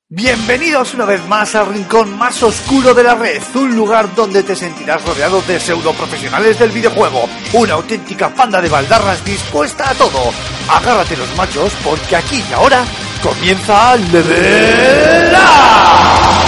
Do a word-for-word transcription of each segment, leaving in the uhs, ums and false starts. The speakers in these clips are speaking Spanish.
Bienvenidos una vez más al rincón más oscuro de la red, un lugar donde te sentirás rodeado de pseudoprofesionales del videojuego, una auténtica panda de baldarras dispuesta a todo. Agárrate los machos porque aquí y ahora comienza Level Up.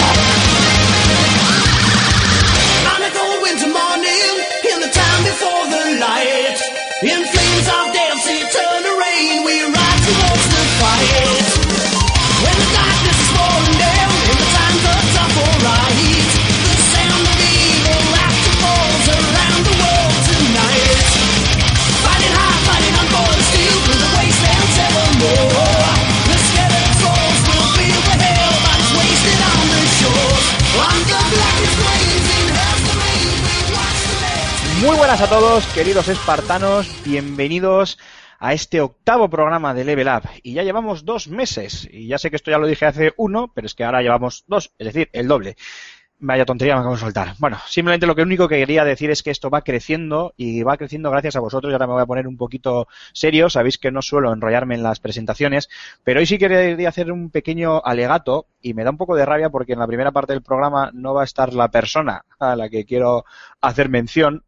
Muy buenas a todos, queridos espartanos, bienvenidos a este octavo programa de Level Up. Y ya llevamos dos meses, y ya sé que esto ya lo dije hace uno, pero es que ahora llevamos dos, es decir, el doble. Vaya tontería me acabo de soltar. Bueno, simplemente lo que único que quería decir es que esto va creciendo y va creciendo gracias a vosotros. Y ahora me voy a poner un poquito serio. Sabéis que no suelo enrollarme en las presentaciones, pero hoy sí quería hacer un pequeño alegato y me da un poco de rabia porque en la primera parte del programa no va a estar la persona a la que quiero hacer mención,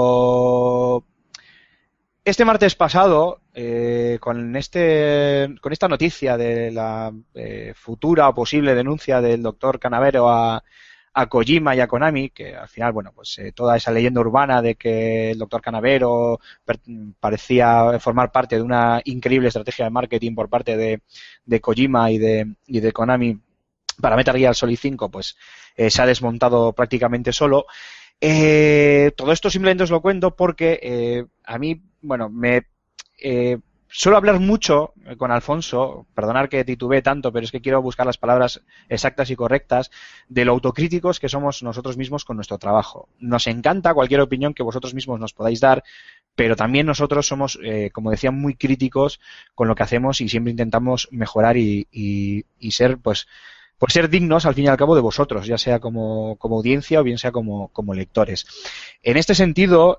pero este martes pasado, eh, con este con esta noticia de la eh, futura o posible denuncia del doctor Canavero a a Kojima y a Konami, que al final, bueno, pues eh, toda esa leyenda urbana de que el doctor Canavero parecía formar parte de una increíble estrategia de marketing por parte de, de Kojima y de, y de Konami para Metal Gear Solid cinco, pues eh, se ha desmontado prácticamente solo. Eh, todo esto simplemente os lo cuento porque eh, a mí, bueno, me... Eh, Suelo hablar mucho con Alfonso, perdonar que titubee tanto, pero es que quiero buscar las palabras exactas y correctas, de lo autocríticos que somos nosotros mismos con nuestro trabajo. Nos encanta cualquier opinión que vosotros mismos nos podáis dar, pero también nosotros somos, eh, como decía, muy críticos con lo que hacemos y siempre intentamos mejorar y, y, y ser, pues, pues ser dignos al fin y al cabo de vosotros, ya sea como, como audiencia o bien sea como, como lectores. En este sentido,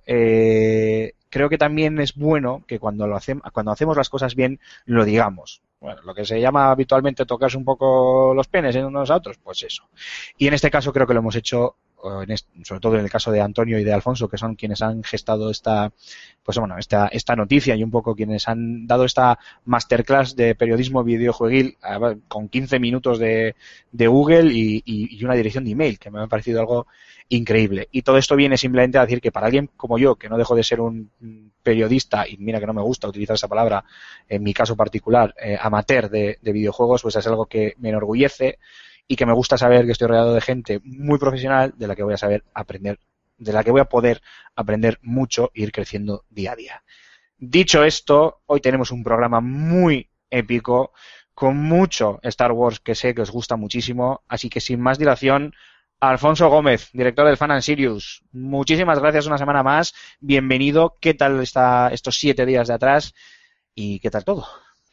eh, creo que también es bueno que cuando lo hacemos, cuando hacemos las cosas bien, lo digamos. Bueno, lo que se llama habitualmente tocarse un poco los penes en unos a otros, pues eso. Y en este caso creo que lo hemos hecho, en este, sobre todo en el caso de Antonio y de Alfonso, que son quienes han gestado esta, pues bueno, esta, esta noticia y un poco quienes han dado esta masterclass de periodismo videojueguil con quince minutos de, de Google y, y, y una dirección de email, que me ha parecido algo increíble. Y todo esto viene simplemente a decir que para alguien como yo, que no dejo de ser un periodista, y mira que no me gusta utilizar esa palabra, en mi caso particular, eh, amateur de, de videojuegos, pues es algo que me enorgullece y que me gusta saber que estoy rodeado de gente muy profesional de la que voy a saber aprender, de la que voy a poder aprender mucho e ir creciendo día a día. Dicho esto, hoy tenemos un programa muy épico, con mucho Star Wars que sé que os gusta muchísimo, así que sin más dilación, Alfonso Gómez, director del Fan and Sirius, muchísimas gracias una semana más, bienvenido, ¿qué tal está estos siete días de atrás y qué tal todo?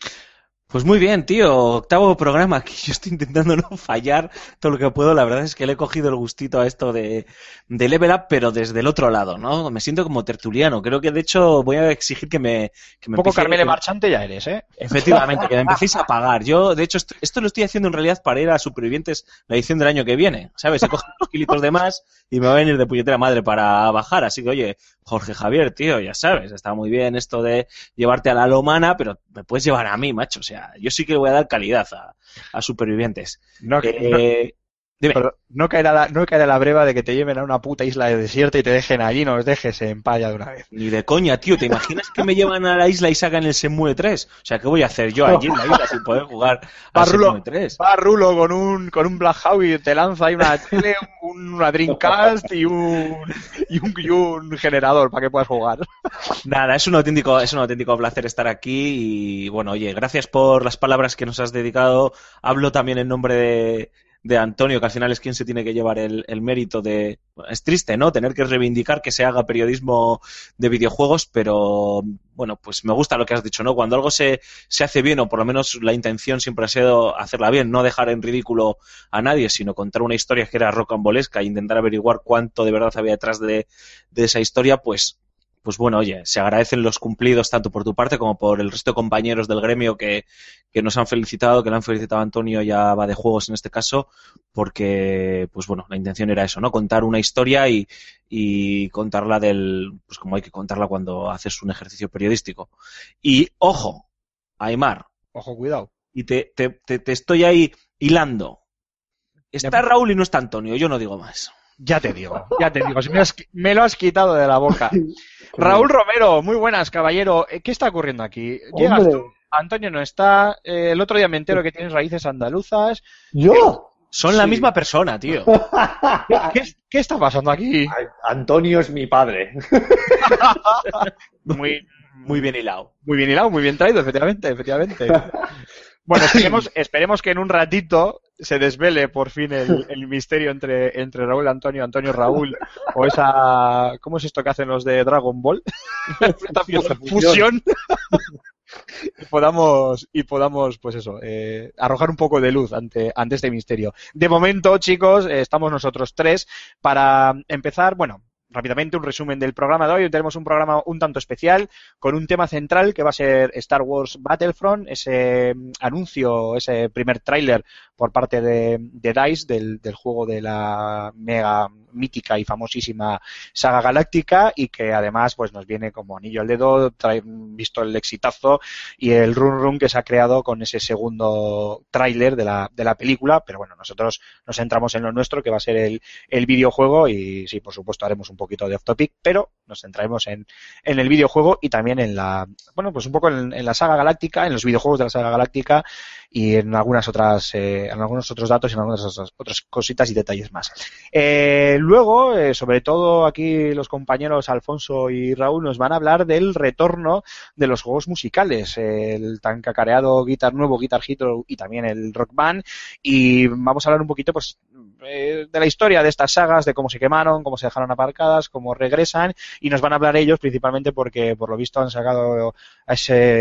Pues muy bien, tío, octavo programa, aquí yo estoy intentando no fallar todo lo que puedo, la verdad es que le he cogido el gustito a esto de, de Level Up, pero desde el otro lado, ¿no? Me siento como tertuliano, creo que de hecho voy a exigir que me... Que me Un poco empiece, Carmele Marchante ya eres, ¿eh? Efectivamente, que me empecéis a pagar. Yo, de hecho, esto, esto lo estoy haciendo en realidad para ir a Supervivientes la edición del año que viene, ¿sabes? He cogido unos kilitos de más y me va a venir de puñetera madre para bajar, así que oye, Jorge Javier, tío, ya sabes, está muy bien esto de llevarte a la lomana, pero me puedes llevar a mí, macho, o sea, yo sí que le voy a dar calidad a, a Supervivientes. No, eh, no, pero no caerá la, no caerá la breva de que te lleven a una puta isla desierta y te dejen allí, no los dejes en palla de una vez. Ni de coña, tío, ¿te imaginas que me llevan a la isla y sacan el Shenmue tres? O sea, ¿qué voy a hacer yo allí en la isla sin poder jugar al Shenmue tres? Va Rulo con un, con un Black Hawk y te lanza ahí una tele, un, una Dreamcast y un, y un, y un generador para que puedas jugar. Nada, es un auténtico, es un auténtico placer estar aquí y bueno, oye, gracias por las palabras que nos has dedicado. Hablo también en nombre de de Antonio, que al final es quien se tiene que llevar el, el mérito de... Es triste, ¿no?, tener que reivindicar que se haga periodismo de videojuegos, pero bueno, pues me gusta lo que has dicho, ¿no? Cuando algo se, se hace bien, o por lo menos la intención siempre ha sido hacerla bien, no dejar en ridículo a nadie, sino contar una historia que era rocambolesca e intentar averiguar cuánto de verdad había detrás de, de esa historia, pues pues bueno, oye, se agradecen los cumplidos tanto por tu parte como por el resto de compañeros del gremio que, que nos han felicitado, que le han felicitado a Antonio y a Va de Juegos en este caso, porque, pues bueno, la intención era eso, ¿no? Contar una historia y, y contarla del, pues como hay que contarla cuando haces un ejercicio periodístico. Y, ojo, Aimar. Ojo, cuidado. Y te, te, te, te estoy ahí hilando. Está Raúl y no está Antonio, yo no digo más. Ya te digo, ya te digo, me, has, me lo has quitado de la boca. Raúl Romero, muy buenas, caballero. ¿Qué está ocurriendo aquí? Llegas Hombre. tú, Antonio no está, eh, el otro día me entero que tienes raíces andaluzas. ¿Yo? Son Sí. la misma persona, tío. ¿Qué, qué, qué está pasando aquí? Ay, Antonio es mi padre. Muy, Muy bien hilado. muy bien hilado, muy bien traído, efectivamente, efectivamente. Bueno, esperemos, esperemos que en un ratito se desvele por fin el, el misterio entre, entre Raúl Antonio, Antonio Raúl, o esa... ¿Cómo es esto que hacen los de Dragon Ball? Esta fusión. y podamos, y podamos, pues eso, eh, arrojar un poco de luz ante, ante este misterio. De momento, chicos, eh, estamos nosotros tres para empezar, bueno... Rápidamente un resumen del programa de hoy. Hoy tenemos un programa un tanto especial con un tema central que va a ser Star Wars Battlefront, ese anuncio, ese primer tráiler por parte de, de DICE del, del juego de la mega mítica y famosísima saga galáctica y que además pues nos viene como anillo al dedo, trae, visto el exitazo y el run run que se ha creado con ese segundo tráiler de la, de la película, pero bueno, nosotros nos centramos en lo nuestro que va a ser el, el videojuego y sí, por supuesto haremos un poquito de off topic, pero nos centraremos en, en el videojuego y también en la, bueno, pues un poco en, en la saga galáctica, en los videojuegos de la saga galáctica y en algunas otras, eh, en algunos otros datos y en algunas otras, otras cositas y detalles más. Eh, luego, eh, sobre todo aquí los compañeros Alfonso y Raúl nos van a hablar del retorno de los juegos musicales, el tan cacareado Guitar nuevo, Guitar Hero y también el Rock Band, y vamos a hablar un poquito pues eh, de la historia de estas sagas, de cómo se quemaron, cómo se dejaron aparcadas, cómo regresan, y nos van a hablar ellos principalmente porque por lo visto han sacado a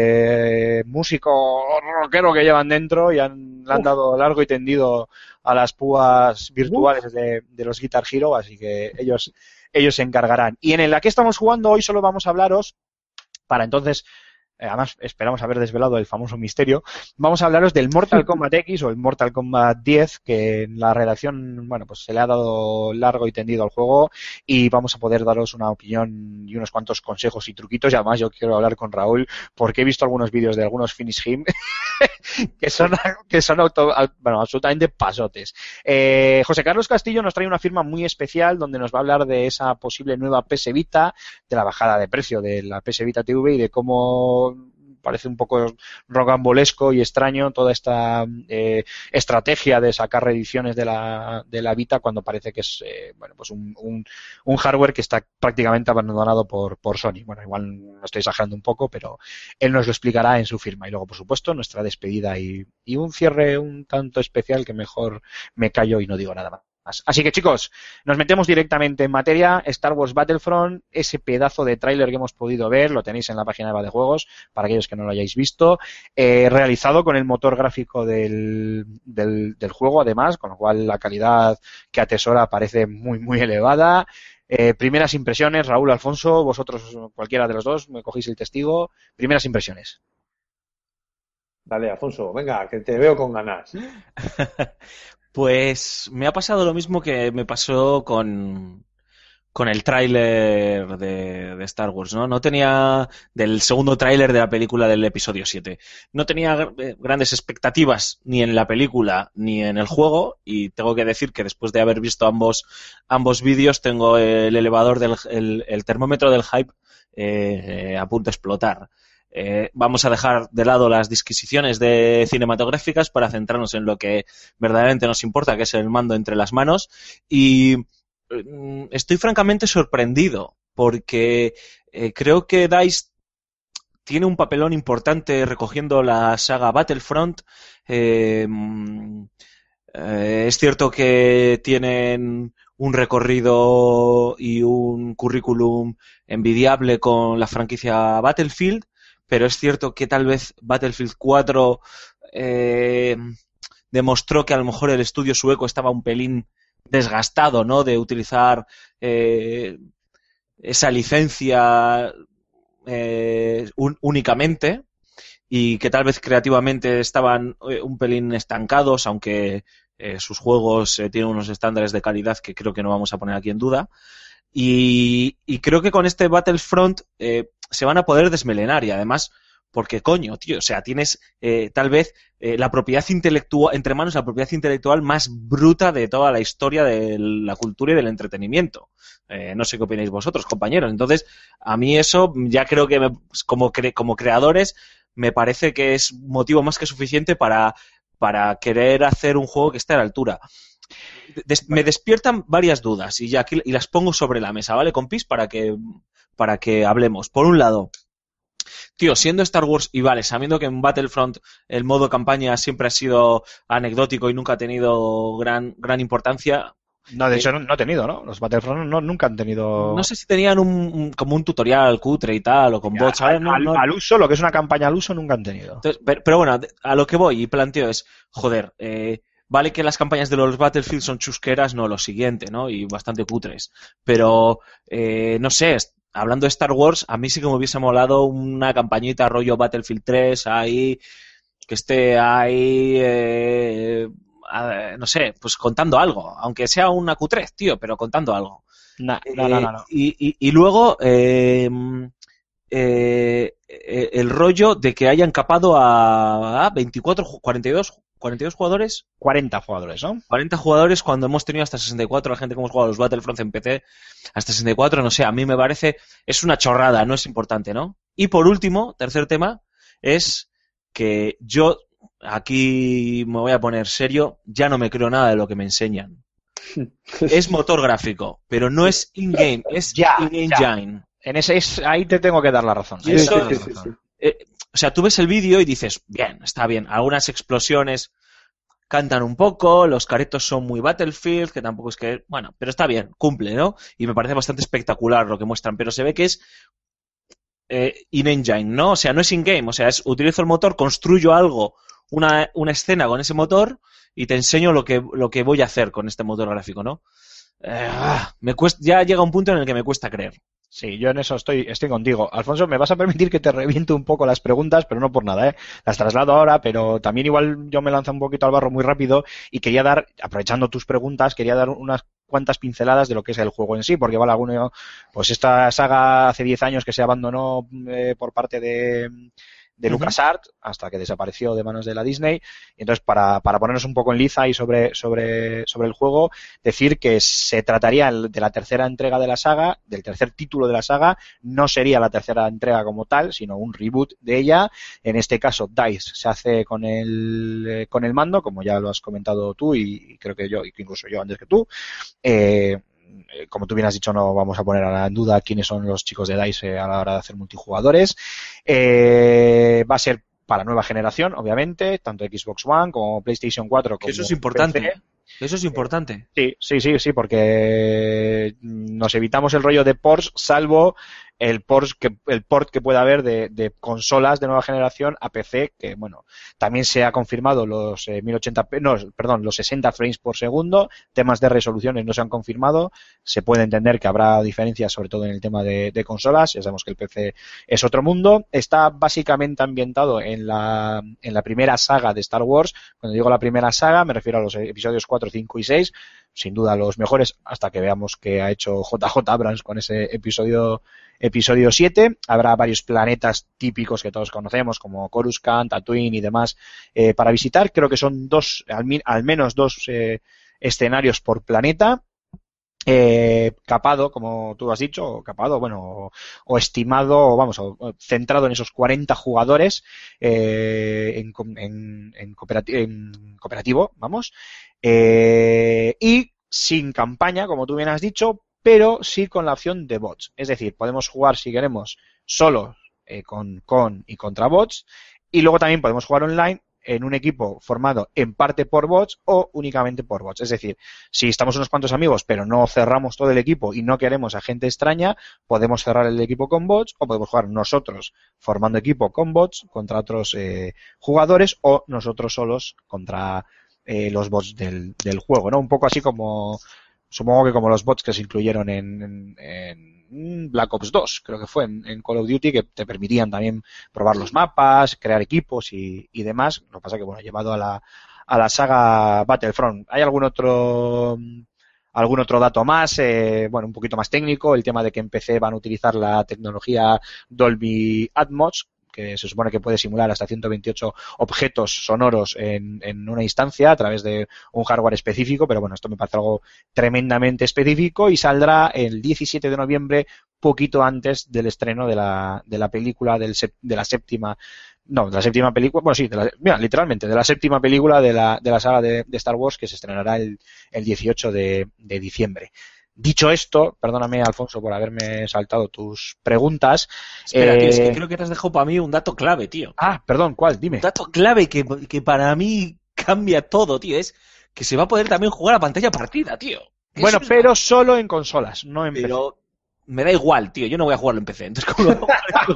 ese músico rockero que llevan dentro y han, le han dado largo y tendido a las púas virtuales de, de los Guitar Hero, así que ellos, ellos se encargarán. Y en la que estamos jugando hoy solo vamos a hablaros, para entonces... Además, esperamos haber desvelado el famoso misterio. Vamos a hablaros del Mortal Kombat X o el Mortal Kombat diez, que en la redacción, bueno, pues se le ha dado largo y tendido al juego y vamos a poder daros una opinión y unos cuantos consejos y truquitos. Y además yo quiero hablar con Raúl porque he visto algunos vídeos de algunos Finish Him que son, que son auto, bueno, absolutamente pasotes. Eh, José Carlos Castillo nos trae una firma muy especial donde nos va a hablar de esa posible nueva P S Vita, de la bajada de precio de la P S Vita T V y de cómo parece un poco rocambolesco y extraño toda esta eh, estrategia de sacar reediciones de la, de la Vita cuando parece que es eh, bueno pues un, un, un hardware que está prácticamente abandonado por, por Sony. Bueno, igual lo estoy exagerando un poco, pero él nos lo explicará en su firma. Y luego, por supuesto, nuestra despedida y, y un cierre un tanto especial que mejor me callo y no digo nada más. Así que chicos, nos metemos directamente en materia. Star Wars Battlefront, ese pedazo de tráiler que hemos podido ver, lo tenéis en la página de Va de Juegos, para aquellos que no lo hayáis visto, eh, realizado con el motor gráfico del, del, del juego, además, con lo cual la calidad que atesora parece muy, muy elevada. Eh, primeras impresiones, Raúl, Alfonso, vosotros, cualquiera de los dos, me cogéis el testigo. Primeras impresiones. Dale, Alfonso, venga, que te veo con ganas. Pues me ha pasado lo mismo que me pasó con, con el tráiler de, de Star Wars, ¿no? No tenía, del segundo tráiler de la película del episodio siete. No tenía grandes expectativas ni en la película ni en el juego y tengo que decir que después de haber visto ambos, ambos vídeos tengo el elevador del, el, el termómetro del hype eh, eh, a punto de explotar. Eh, vamos a dejar de lado las disquisiciones de cinematográficas para centrarnos en lo que verdaderamente nos importa, que es el mando entre las manos. Y eh, estoy francamente sorprendido porque eh, creo que DICE tiene un papelón importante recogiendo la saga Battlefront. Eh, eh, es cierto que tienen un recorrido y un currículum envidiable con la franquicia Battlefield, pero es cierto que tal vez Battlefield cuatro eh, demostró que a lo mejor el estudio sueco estaba un pelín desgastado, ¿no? De utilizar eh, esa licencia eh, un, únicamente, y que tal vez creativamente estaban eh, un pelín estancados, aunque eh, sus juegos eh, tienen unos estándares de calidad que creo que no vamos a poner aquí en duda. Y, y creo que con este Battlefront eh, se van a poder desmelenar, y además, porque coño, tío, o sea, tienes eh, tal vez eh, la propiedad intelectual, entre manos la propiedad intelectual más bruta de toda la historia de la cultura y del entretenimiento. Eh, no sé qué opináis vosotros, compañeros. Entonces, a mí eso ya creo que me, como, cre, como creadores me parece que es motivo más que suficiente para, para querer hacer un juego que esté a la altura. Des, me despiertan varias dudas y ya aquí y las pongo sobre la mesa, ¿vale, compis? Para que, para que hablemos. Por un lado, tío, siendo Star Wars y vale, sabiendo que en Battlefront el modo campaña siempre ha sido anecdótico y nunca ha tenido gran, gran importancia. No, de hecho, no, no ha tenido, ¿no? Los Battlefront no, nunca han tenido... No sé si tenían un, un como un tutorial cutre y tal, o con bots, ¿sabes? No, al, no... al uso, lo que es una campaña al uso, nunca han tenido. Entonces, pero, pero bueno, a lo que voy y planteo es, joder, eh, vale que las campañas de los Battlefield son chusqueras, no, lo siguiente, ¿no? Y bastante cutres. Pero, eh, no sé, hablando de Star Wars, a mí sí que me hubiese molado una campañita rollo Battlefield tres ahí, que esté ahí... Eh, no sé, pues contando algo, aunque sea una Q tres, tío, pero contando algo. No, no, no, no, no. Y, y, y luego eh, eh, el rollo de que hayan capado a, a veinticuatro, cuarenta y dos, cuarenta y dos jugadores. cuarenta jugadores, ¿no? cuarenta jugadores cuando hemos tenido hasta sesenta y cuatro, la gente que hemos jugado los Battlefront en P C, hasta sesenta y cuatro, no sé, a mí me parece, es una chorrada, no es importante, ¿no? Y por último, tercer tema, es que yo... Aquí me voy a poner serio, ya no me creo nada de lo que me enseñan. Es motor gráfico, pero no es in-game, es ya, in-engine. Ya. En ese es, ahí te tengo que dar la razón. Sí, eso, sí, sí, sí. Eh, o sea, tú ves el vídeo y dices, bien, está bien, algunas explosiones cantan un poco, los caretos son muy Battlefield, que tampoco es que, bueno, pero está bien, cumple, ¿no? Y me parece bastante espectacular lo que muestran, pero se ve que es eh, in-engine, ¿no? O sea, no es in-game, o sea, es utilizo el motor, construyo algo, Una, una escena con ese motor y te enseño lo que, lo que voy a hacer con este motor gráfico, ¿no? Eh, me cuesta, ya llega un punto en el que me cuesta creer. Sí, yo en eso estoy, estoy contigo. Alfonso, me vas a permitir que te reviente un poco las preguntas, pero no por nada, ¿eh? Las traslado ahora, pero también igual yo me lanzo un poquito al barro muy rápido y quería dar, aprovechando tus preguntas, quería dar unas cuantas pinceladas de lo que es el juego en sí, porque vale, alguno, pues esta saga hace diez años que se abandonó eh, por parte de... de LucasArts, hasta que desapareció de manos de la Disney. Y entonces, para, para ponernos un poco en liza y sobre, sobre, sobre el juego, decir que se trataría de la tercera entrega de la saga, del tercer título de la saga, no sería la tercera entrega como tal, sino un reboot de ella. En este caso, DICE se hace con el, con el mando, como ya lo has comentado tú y creo que yo, incluso yo antes que tú. Eh, como tú bien has dicho, no vamos a poner a la duda quiénes son los chicos de DICE a la hora de hacer multijugadores. Eh, va a ser para nueva generación, obviamente, tanto Xbox One como PlayStation cuatro. Como eso es importante. P C. Eso es importante. Sí, sí, sí, sí, porque nos evitamos el rollo de ports, salvo el port que, el port que pueda haber de, de consolas de nueva generación a P C, que bueno, también se ha confirmado los eh, mil ochenta p, no, perdón, los sesenta frames por segundo, temas de resoluciones no se han confirmado, se puede entender que habrá diferencias sobre todo en el tema de, de consolas, ya sabemos que el P C es otro mundo, está básicamente ambientado en la, en la primera saga de Star Wars. Cuando digo la primera saga me refiero a los episodios cuatro, cinco y seis, sin duda los mejores, hasta que veamos qué ha hecho J J Abrams con ese episodio episodio siete. Habrá varios planetas típicos que todos conocemos, como Coruscant, Tatooine y demás, eh, para visitar. Creo que son dos, al, al menos dos eh, escenarios por planeta. Eh, capado, como tú has dicho, o capado, bueno, o, o estimado, vamos, o, o centrado en esos cuarenta jugadores eh, en, en, en, cooperati en cooperativo, vamos, eh, y sin campaña, como tú bien has dicho, pero sí con la opción de bots. Es decir, podemos jugar si queremos solos eh, con, con y contra bots, y luego también podemos jugar online en un equipo formado en parte por bots o únicamente por bots. Es decir, si estamos unos cuantos amigos pero no cerramos todo el equipo y no queremos a gente extraña, podemos cerrar el equipo con bots o podemos jugar nosotros formando equipo con bots contra otros eh, jugadores o nosotros solos contra eh, los bots del, del juego, ¿no? Un poco así como supongo que como los bots que se incluyeron en, en, en Black Ops dos, creo que fue en, en Call of Duty, que te permitían también probar los mapas, crear equipos y, y demás. Lo que pasa que, bueno, llevado a la, a la saga Battlefront. ¿Hay algún otro algún otro dato más? Eh, bueno, un poquito más técnico, el tema de que en P C van a utilizar la tecnología Dolby Atmos, que se supone que puede simular hasta ciento veintiocho objetos sonoros en, en una instancia a través de un hardware específico, pero bueno, esto me parece algo tremendamente específico y saldrá el diecisiete de noviembre, poquito antes del estreno de la, de la película del, de la séptima, no, de la séptima película, bueno sí, de la, mira, literalmente, de la séptima película de la, de la saga de, de Star Wars, que se estrenará el, el dieciocho de, de diciembre. Dicho esto, perdóname, Alfonso, por haberme saltado tus preguntas. Espera, eh... tío, es que creo que te has dejado para mí un dato clave, tío. Ah, perdón, ¿cuál? Dime. Un dato clave que, que para mí cambia todo, tío. Es que se va a poder también jugar a pantalla partida, tío. Eso Bueno, es... pero solo en consolas, no en pero... P C. Me da igual, tío. Yo no voy a jugarlo en P C. Entonces, ¿cómo lo...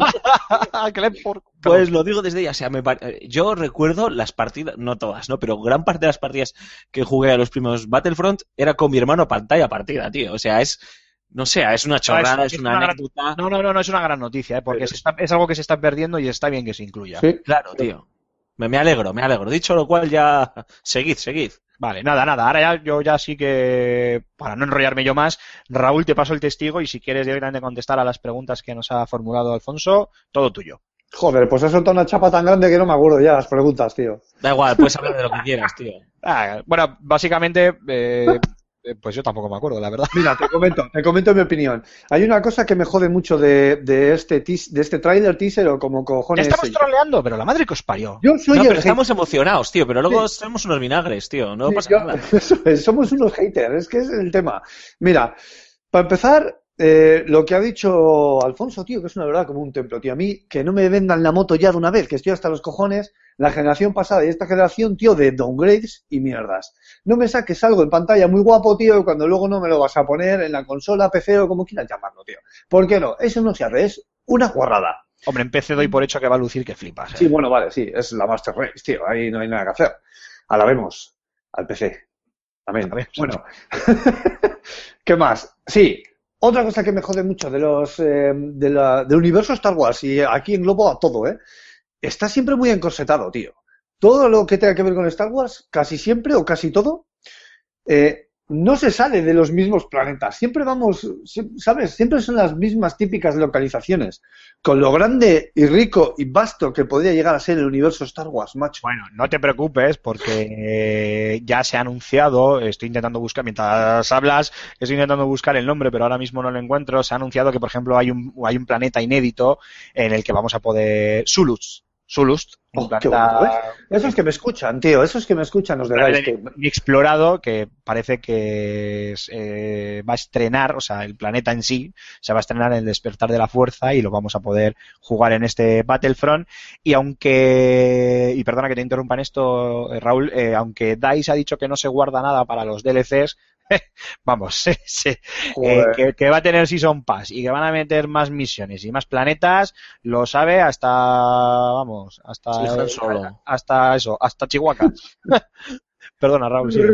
Pues lo digo desde ya. O sea, me... yo recuerdo las partidas, no todas, ¿no? Pero gran parte de las partidas que jugué a los primeros Battlefront era con mi hermano pantalla partida, tío. O sea, es... No sé, es una chorrada, no, es, es, es una, una anécdota. Gran... No, no, no, no es una gran noticia, ¿eh? Porque sí. se está, es algo que se está perdiendo y está bien que se incluya. Sí, claro, tío. Me, me alegro, me alegro. Dicho lo cual, ya... Seguid, seguid. Vale, nada, nada. Ahora ya yo ya sí que, para no enrollarme yo más, Raúl, te paso el testigo y si quieres directamente contestar a las preguntas que nos ha formulado Alfonso, todo tuyo. Joder, pues he soltado una chapa tan grande que no me acuerdo ya las preguntas, tío. Da igual, puedes hablar de lo que quieras, tío. Ah, bueno, básicamente... Eh... Pues yo tampoco me acuerdo, la verdad. Mira, te comento, te comento mi opinión. Hay una cosa que me jode mucho de, de este teas, de este trailer teaser o como cojones. Ya estamos troleando, pero la madre que os parió. Yo soy no, el pero estamos emocionados, tío, pero luego sí. somos unos vinagres, tío. No sí, pasa yo, nada. Eso es, somos unos haters, es que es el tema. Mira, para empezar, eh, lo que ha dicho Alfonso, tío, que es una verdad como un templo, tío. A mí, que no me vendan la moto ya de una vez, que estoy hasta los cojones. La generación pasada y esta generación, tío, de downgrades y mierdas. No me saques algo en pantalla muy guapo, tío, y cuando luego no me lo vas a poner en la consola, P C o como quieras llamarlo, tío. ¿Por qué no? Eso no se hace, es una guarrada. Hombre, en P C doy por hecho que va a lucir que flipas. ¿eh? Sí, bueno, vale, sí, es la Master Race, tío, ahí no hay nada que hacer. Alabemos al P C. Amén. Amén. Bueno, ¿qué más? Sí, otra cosa que me jode mucho de los eh, de la, del universo Star Wars, y aquí englobo a todo, ¿eh? Está siempre muy encorsetado, tío. Todo lo que tenga que ver con Star Wars, casi siempre o casi todo, eh, no se sale de los mismos planetas. Siempre vamos, ¿sabes? Siempre son las mismas típicas localizaciones. Con lo grande y rico y vasto que podría llegar a ser el universo Star Wars, macho. Bueno, no te preocupes porque ya se ha anunciado, estoy intentando buscar, mientras hablas, estoy intentando buscar el nombre, pero ahora mismo no lo encuentro. Se ha anunciado que, por ejemplo, hay un, hay un planeta inédito en el que vamos a poder... Zulust. Zulust, un oh, planeta... bueno, esos que me escuchan, tío, esos que me escuchan los de Dice que... explorado que parece que eh, va a estrenar, o sea, el planeta en sí se va a estrenar en el Despertar de la Fuerza y lo vamos a poder jugar en este Battlefront. Y aunque, y perdona que te interrumpa en esto, Raúl, eh, aunque DICE ha dicho que no se guarda nada para los D L Cs, vamos, eh, eh, que, que va a tener Season Pass y que van a meter más misiones y más planetas, lo sabe hasta, vamos, hasta sí, eh, solo. hasta eso, hasta Chihuahua. Perdona, Raúl, sí.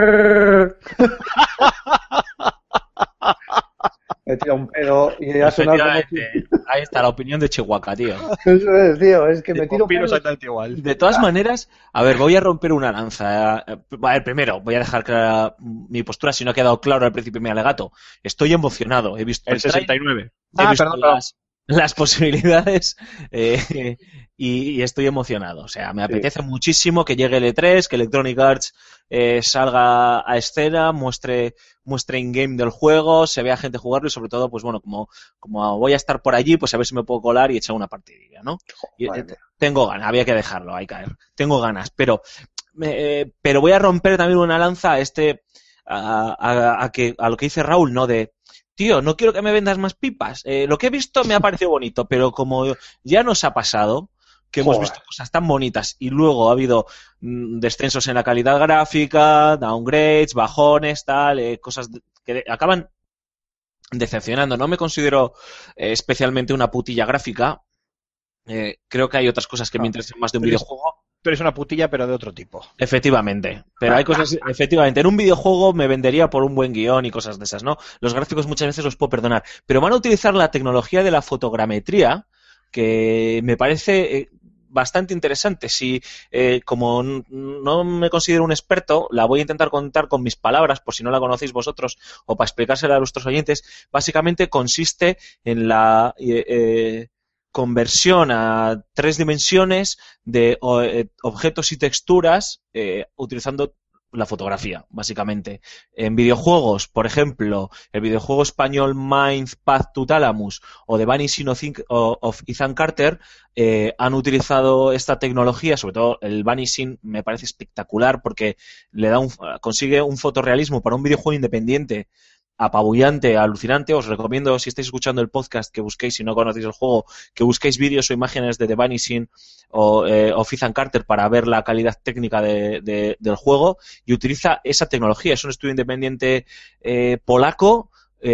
Me tira un pedo y ha sonado como... Ahí está la opinión de Chihuahua, tío. Eso es, tío, es que me tiro un pedo. Exactamente igual. De todas maneras, a ver, voy a romper una lanza. A ver, primero, voy a dejar clara mi postura, si no ha quedado claro al principio mi alegato. Estoy emocionado, he visto el, el sesenta y nueve. He ah, visto perdón, las, las posibilidades eh, y, y estoy emocionado. O sea, me apetece sí. muchísimo que llegue el E tres, que Electronic Arts eh, salga a escena, muestre muestre in-game del juego, se vea gente jugarlo y sobre todo, pues bueno, como, como voy a estar por allí, pues a ver si me puedo colar y echar una partidilla, ¿no? Y, eh, tengo ganas, había que dejarlo ahí caer. Tengo ganas, pero eh, pero voy a romper también una lanza a este a, a, a, que, a lo que dice Raúl, ¿no? De tío, no quiero que me vendas más pipas. Eh, lo que he visto me ha parecido bonito, pero como ya nos ha pasado, que hemos Joder. visto cosas tan bonitas y luego ha habido mmm, descensos en la calidad gráfica, downgrades, bajones, tal, eh, cosas que acaban decepcionando. No me considero eh, especialmente una putilla gráfica. Eh, creo que hay otras cosas que no. me interesan más de un eres, videojuego. Tú eres una putilla, pero de otro tipo. Efectivamente. Pero hay cosas, efectivamente, en un videojuego me vendería por un buen guión y cosas de esas, ¿no? Los gráficos muchas veces los puedo perdonar. Pero van a utilizar la tecnología de la fotogrametría, que me parece eh, bastante interesante. Si, eh, como n- no me considero un experto, la voy a intentar contar con mis palabras, por si no la conocéis vosotros, o para explicársela a nuestros oyentes. Básicamente consiste en la... eh, eh, conversión a tres dimensiones de o, eh, objetos y texturas eh, utilizando la fotografía, básicamente. En videojuegos, por ejemplo, el videojuego español Mind Path to Thalamus o The Vanishing of, Think- of Ethan Carter eh, han utilizado esta tecnología, sobre todo el Vanishing me parece espectacular porque le da un, consigue un fotorrealismo para un videojuego independiente apabullante, alucinante. Os recomiendo, si estáis escuchando el podcast, que busquéis, si no conocéis el juego, que busquéis vídeos o imágenes de The Vanishing o eh, of Ethan Carter para ver la calidad técnica de, de, del juego, y utiliza esa tecnología. Es un estudio independiente eh, polaco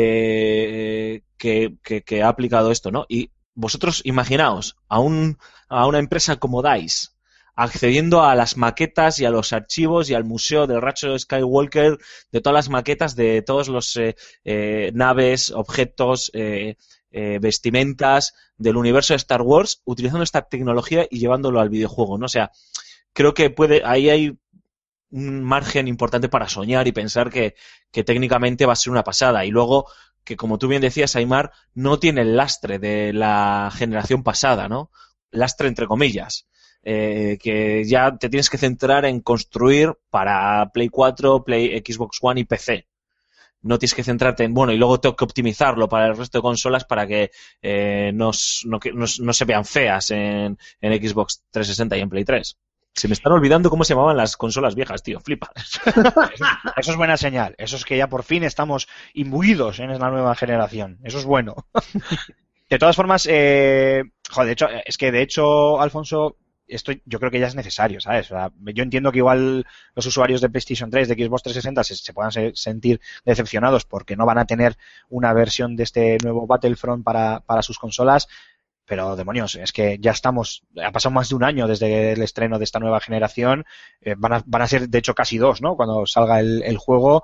eh, que, que, que ha aplicado esto, ¿no? Y vosotros imaginaos a, un, a una empresa como DICE accediendo a las maquetas y a los archivos y al museo del Racho Skywalker, de todas las maquetas de todos los eh, eh, naves, objetos, eh, eh, vestimentas del universo de Star Wars, utilizando esta tecnología y llevándolo al videojuego, ¿no? O sea, creo que puede, ahí hay un margen importante para soñar y pensar que, que técnicamente va a ser una pasada. Y luego, que como tú bien decías, Aimar, no tiene el lastre de la generación pasada, ¿no? Lastre entre comillas. Eh, que ya te tienes que centrar en construir para Play cuatro, Play Xbox One y P C. No tienes que centrarte en, bueno, y luego tengo que optimizarlo para el resto de consolas para que eh, no, no, no, no se vean feas en, en Xbox trescientos sesenta y en Play tres. Se me están olvidando cómo se llamaban las consolas viejas, tío, flipa. Eso, eso es buena señal. Eso es que ya por fin estamos imbuidos en la nueva generación. Eso es bueno. De todas formas, eh, joder, de hecho, es que de hecho, Alfonso, esto yo creo que ya es necesario, ¿sabes? O sea, yo entiendo que igual los usuarios de PlayStation tres, de Xbox trescientos sesenta se, se puedan se, sentir decepcionados porque no van a tener una versión de este nuevo Battlefront para, para sus consolas, pero demonios, es que ya estamos, ha pasado más de un año desde el estreno de esta nueva generación, eh, van, a, van a ser de hecho casi dos, ¿no? Cuando salga el, el juego.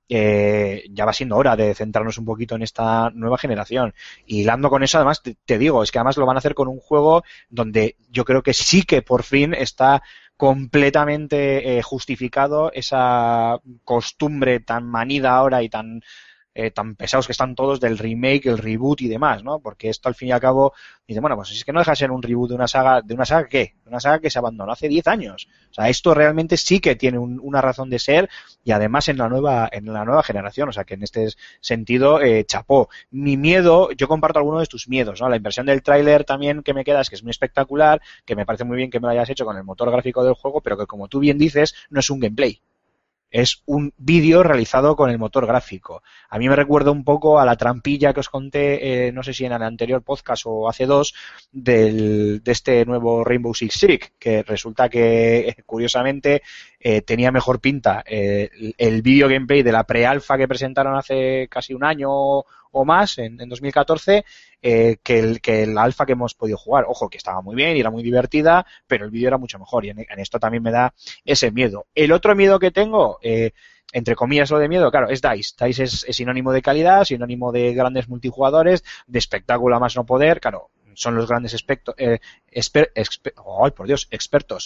Eh, ya va siendo hora de centrarnos un poquito en esta nueva generación. Y hilando con eso, además, te, te digo, es que además lo van a hacer con un juego donde yo creo que sí que por fin está completamente eh, justificado esa costumbre tan manida ahora y tan eh, tan pesados que están todos del remake, el reboot y demás, ¿no? Porque esto al fin y al cabo dice, bueno, pues es que no deja de ser un reboot de una saga, ¿de una saga qué? De una saga que se abandonó hace diez años. O sea, esto realmente sí que tiene un, una razón de ser y además en la nueva en la nueva generación, o sea, que en este sentido eh, chapó. Mi miedo, yo comparto algunos de tus miedos, ¿no? La impresión del tráiler también que me queda es que es muy espectacular, que me parece muy bien que me lo hayas hecho con el motor gráfico del juego, pero que como tú bien dices, no es un gameplay. Es un vídeo realizado con el motor gráfico. A mí me recuerda un poco a la trampilla que os conté, eh, no sé si en el anterior podcast o hace dos, del, de este nuevo Rainbow Six Siege, que resulta que, curiosamente, eh, tenía mejor pinta eh, el, el vídeo gameplay de la pre-alfa que presentaron hace casi un año o más, en, en dos mil catorce, eh, que, el, que el alfa que hemos podido jugar. Ojo, que estaba muy bien y era muy divertida, pero el vídeo era mucho mejor y en, en esto también me da ese miedo. El otro miedo que tengo, eh, entre comillas lo de miedo, claro, es DICE. DICE es, es sinónimo de calidad, sinónimo de grandes multijugadores, de espectáculo a más no poder, claro, son los grandes expecto, eh, exper, exper, oh, por Dios, expertos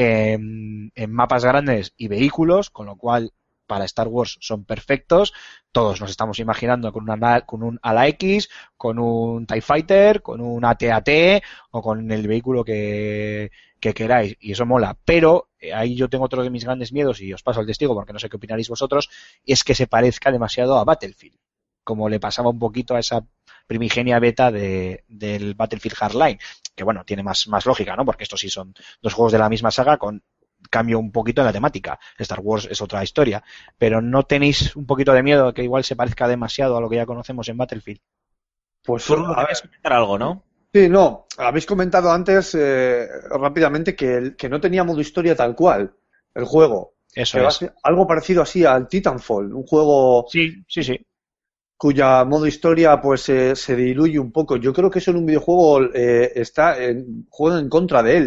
en, en mapas grandes y vehículos, con lo cual para Star Wars son perfectos. Todos nos estamos imaginando con, una, con un ala X, con un TIE Fighter, con un A T A T o con el vehículo que, que queráis, y eso mola. Pero eh, ahí yo tengo otro de mis grandes miedos, y os paso el testigo porque no sé qué opinaréis vosotros, es que se parezca demasiado a Battlefield, como le pasaba un poquito a esa primigenia beta de, del Battlefield Hardline, que bueno, tiene más, más lógica, ¿no? Porque estos sí son dos juegos de la misma saga con cambio un poquito en la temática. Star Wars es otra historia, pero ¿no tenéis un poquito de miedo de que igual se parezca demasiado a lo que ya conocemos en Battlefield? Pues tú querías comentar algo, ¿no? Sí, no, habéis comentado antes eh, rápidamente que, el, que no tenía modo historia tal cual el juego. Eso que va es. a ser algo parecido así al Titanfall, un juego Sí, sí, sí. cuya modo historia pues eh, se diluye un poco. Yo creo que eso en un videojuego eh, está en, juego en contra de él.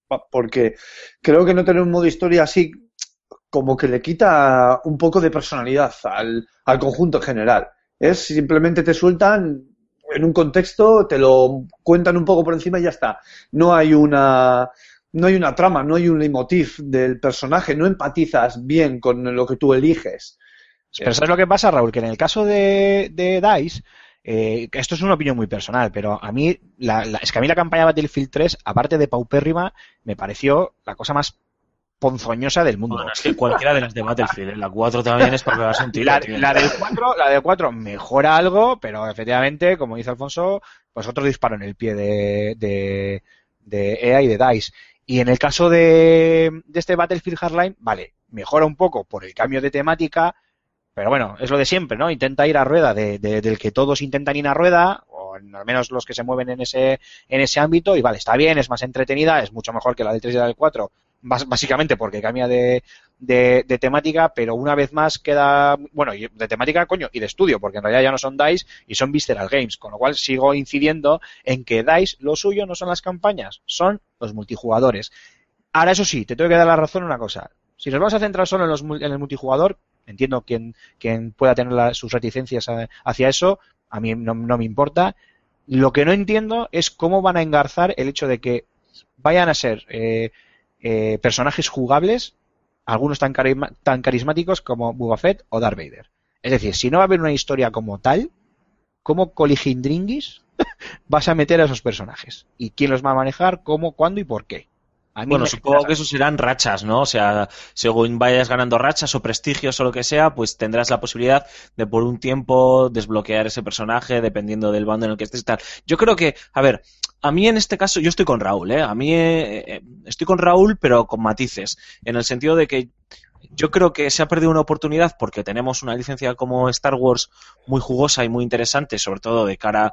porque creo que no tener un modo historia así como que le quita un poco de personalidad al, al conjunto en general. Es simplemente te sueltan en un contexto, te lo cuentan un poco por encima y ya está. No hay una no hay una trama, no hay un leitmotiv del personaje, no empatizas bien con lo que tú eliges. Pero ¿sabes lo que pasa, Raúl? Que en el caso de, de DICE, eh, esto es una opinión muy personal, pero a mí, la, la, es que a mí la campaña Battlefield tres, aparte de paupérrima, me pareció la cosa más ponzoñosa del mundo. Bueno, es que cualquiera de las de Battlefield, ¿eh? La cuatro también es para pegarse un tiro. La, la del cuatro, la del cuatro mejora algo, pero efectivamente, como dice Alfonso, pues otro disparo en el pie de, de, de E A y de DICE. Y en el caso de, de este Battlefield Hardline, vale, mejora un poco por el cambio de temática, pero bueno, es lo de siempre, ¿no? Intenta ir a rueda de, de, del que todos intentan ir a rueda, o al menos los que se mueven en ese, en ese ámbito, y vale, está bien, es más entretenida, es mucho mejor que la del tres y la del cuatro, básicamente porque cambia de, de, de temática, pero una vez más queda, bueno, de temática, coño, y de estudio, porque en realidad ya no son DICE y son Visceral Games, con lo cual sigo incidiendo en que DICE, lo suyo no son las campañas, son los multijugadores. Ahora, eso sí, te tengo que dar la razón en una cosa. Si nos vamos a centrar solo en, los, en el multijugador, entiendo quien, quien pueda tener la, sus reticencias a, hacia eso, a mí no, no me importa. Lo que no entiendo es cómo van a engarzar el hecho de que vayan a ser eh, eh, personajes jugables, algunos tan, carisma, tan carismáticos como Boba Fett o Darth Vader. Es decir, si no va a haber una historia como tal, ¿cómo colijindringuis vas a meter a esos personajes? ¿Y quién los va a manejar? ¿Cómo? ¿Cuándo y por qué? Bueno, supongo que eso serán rachas, ¿no? O sea, según vayas ganando rachas o prestigios o lo que sea, pues tendrás la posibilidad de por un tiempo desbloquear ese personaje dependiendo del bando en el que estés y tal. Yo creo que, a ver, a mí en este caso, yo estoy con Raúl, ¿eh? A mí eh, estoy con Raúl, pero con matices, en el sentido de que yo creo que se ha perdido una oportunidad porque tenemos una licencia como Star Wars muy jugosa y muy interesante, sobre todo de cara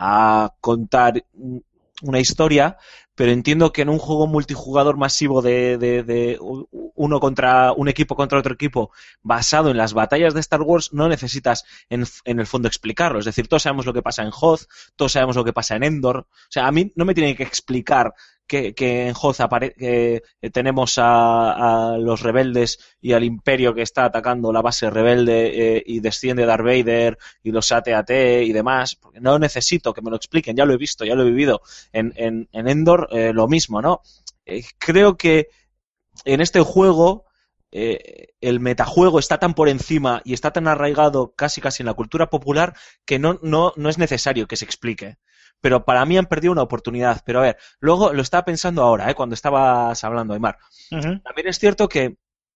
a contar una historia, pero entiendo que en un juego multijugador masivo de, de, de uno contra un equipo contra otro equipo basado en las batallas de Star Wars no necesitas en, en el fondo explicarlo. Es decir, todos sabemos lo que pasa en Hoth, todos sabemos lo que pasa en Endor. O sea, a mí no me tienen que explicar que, que en Hoth apare que tenemos a, a los rebeldes y al Imperio que está atacando la base rebelde eh, y desciende Darth Vader y los A T A T y demás, porque no necesito que me lo expliquen, ya lo he visto, ya lo he vivido en, en, en Endor, eh, lo mismo, ¿no? Eh, creo que en este juego eh, el metajuego está tan por encima y está tan arraigado casi casi en la cultura popular que no, no, no es necesario que se explique. Pero para mí han perdido una oportunidad. Pero a ver, luego lo estaba pensando ahora, ¿eh? Cuando estabas hablando, Aymar. Uh-huh. También es cierto que,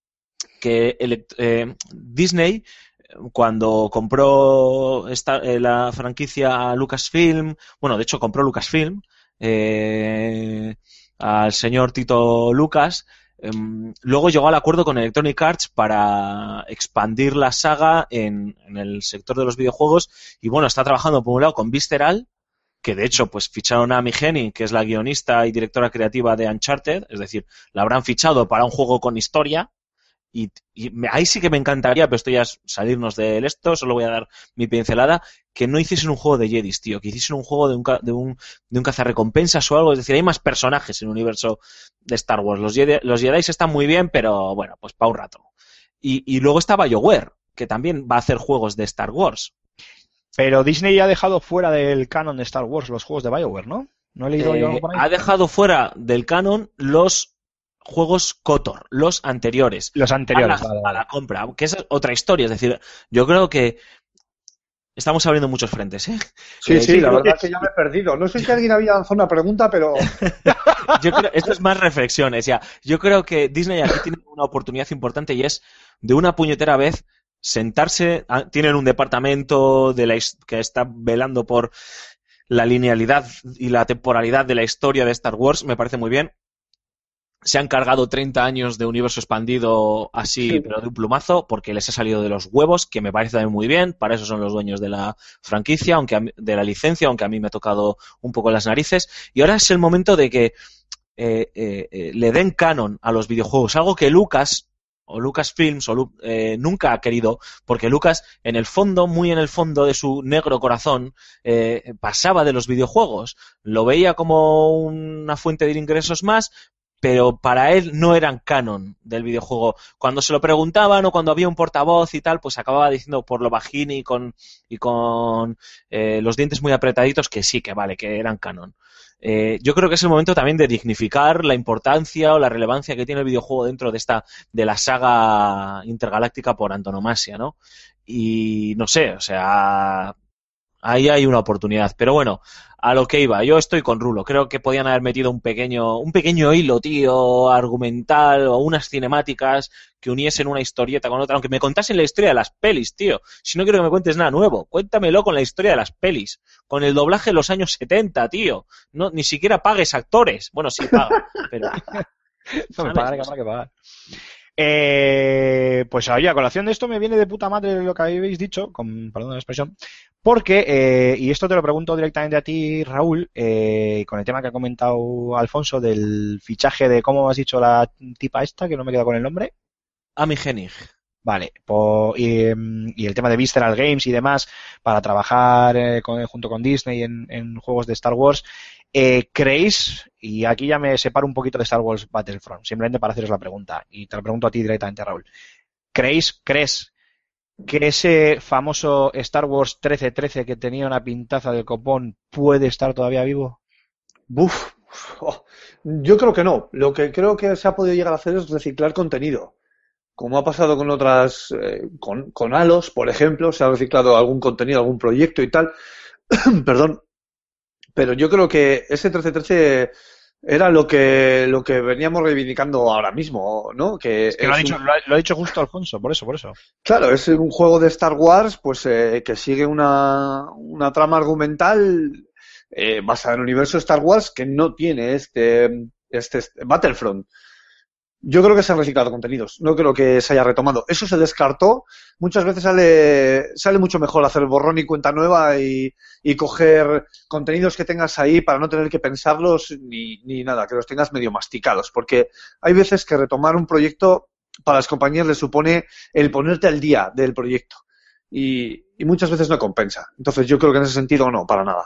que el, eh, Disney, cuando compró esta, eh, la franquicia a Lucasfilm, bueno, de hecho compró Lucasfilm, eh, al señor Tito Lucas, eh, luego llegó al acuerdo con Electronic Arts para expandir la saga en, en el sector de los videojuegos y bueno, está trabajando por un lado con Visceral, que de hecho pues ficharon a Amy Hennig, que es la guionista y directora creativa de Uncharted, es decir, la habrán fichado para un juego con historia, y, y me, ahí sí que me encantaría, pero esto ya es salirnos del esto, solo voy a dar mi pincelada, que no hiciesen un juego de Jedis, tío, que hiciesen un juego de un, de un, de un cazarrecompensas o algo, es decir, hay más personajes en el universo de Star Wars, los Jedi, los Jedi están muy bien, pero bueno, pues para un rato. Y, y luego está BioWare, que también va a hacer juegos de Star Wars. Pero Disney ha dejado fuera del canon de Star Wars los juegos de BioWare, ¿no? ¿No he leído eh, yo algo por ahí? Ha dejado fuera del canon los juegos KOTOR, los anteriores. Los anteriores. A la, a la compra, que esa es otra historia. Es decir, yo creo que estamos abriendo muchos frentes, ¿eh? Sí, eh, sí, la verdad que... es que ya me he perdido. No sé si alguien había lanzado una pregunta, pero... yo creo, esto es más reflexiones, ya. Yo creo que Disney aquí tiene una oportunidad importante y es de una puñetera vez sentarse, tienen un departamento de la, que está velando por la linealidad y la temporalidad de la historia de Star Wars, me parece muy bien. Se han cargado treinta años de universo expandido así, sí, pero de un plumazo, porque les ha salido de los huevos, que me parece también muy bien, para eso son los dueños de la franquicia, aunque a mí, de la licencia, aunque a mí me ha tocado un poco las narices, y ahora es el momento de que eh, eh, eh, le den canon a los videojuegos, algo que Lucas o Lucasfilms o Lu eh, nunca ha querido, porque Lucas en el fondo, muy en el fondo de su negro corazón, eh, pasaba de los videojuegos, lo veía como una fuente de ingresos más, pero para él no eran canon del videojuego. Cuando se lo preguntaban o cuando había un portavoz y tal, pues acababa diciendo por lo bajín y con, y con eh, los dientes muy apretaditos que sí, que vale, que eran canon. Eh, yo creo que es el momento también de dignificar la importancia o la relevancia que tiene el videojuego dentro de esta de la saga intergaláctica por antonomasia, ¿no? Y no sé, o sea, ahí hay una oportunidad. Pero bueno, a lo que iba, yo estoy con Rulo. Creo que podían haber metido un pequeño, un pequeño hilo, tío, argumental o unas cinemáticas que uniesen una historieta con otra. Aunque me contasen la historia de las pelis, tío. Si no quiero que me cuentes nada nuevo, cuéntamelo con la historia de las pelis. Con el doblaje de los años setenta, tío. No, ni siquiera pagues actores. Bueno, sí paga, pero... No me pagan, que habrá que pagar. Eh, pues oye, a colación de esto me viene de puta madre lo que habéis dicho, con perdón de la expresión, porque, eh, y esto te lo pregunto directamente a ti, Raúl, eh, con el tema que ha comentado Alfonso del fichaje de, ¿cómo has dicho la tipa esta? Que no me he quedado con el nombre. Amy Hennig. Vale, po, y, y el tema de Visceral Games y demás para trabajar eh, con, junto con Disney en, en juegos de Star Wars. Eh, ¿Creéis, y aquí ya me separo un poquito de Star Wars Battlefront, simplemente para haceros la pregunta, y te lo pregunto a ti directamente, Raúl, ¿creéis, crees que ese famoso Star Wars trece trece que tenía una pintaza del copón puede estar todavía vivo? Buf, oh, yo creo que no. Lo que creo que se ha podido llegar a hacer es reciclar contenido. Como ha pasado con otras, eh, con, con Halos, por ejemplo, se ha reciclado algún contenido, algún proyecto y tal. Perdón. Pero yo creo que ese trece trece era lo que lo que veníamos reivindicando ahora mismo, ¿no? Que es que lo, es ha dicho, un... lo, ha, lo ha dicho justo Alfonso, por eso, por eso. Claro, es un juego de Star Wars, pues eh, que sigue una, una trama argumental eh, basada en el universo de Star Wars que no tiene este, este, este Battlefront. Yo creo que se han reciclado contenidos, no creo que se haya retomado. Eso se descartó. Muchas veces sale, sale mucho mejor hacer borrón y cuenta nueva y, y coger contenidos que tengas ahí para no tener que pensarlos ni, ni nada, que los tengas medio masticados. Porque hay veces que retomar un proyecto para las compañías les supone el ponerte al día del proyecto. Y, y muchas veces no compensa. Entonces yo creo que en ese sentido no, para nada.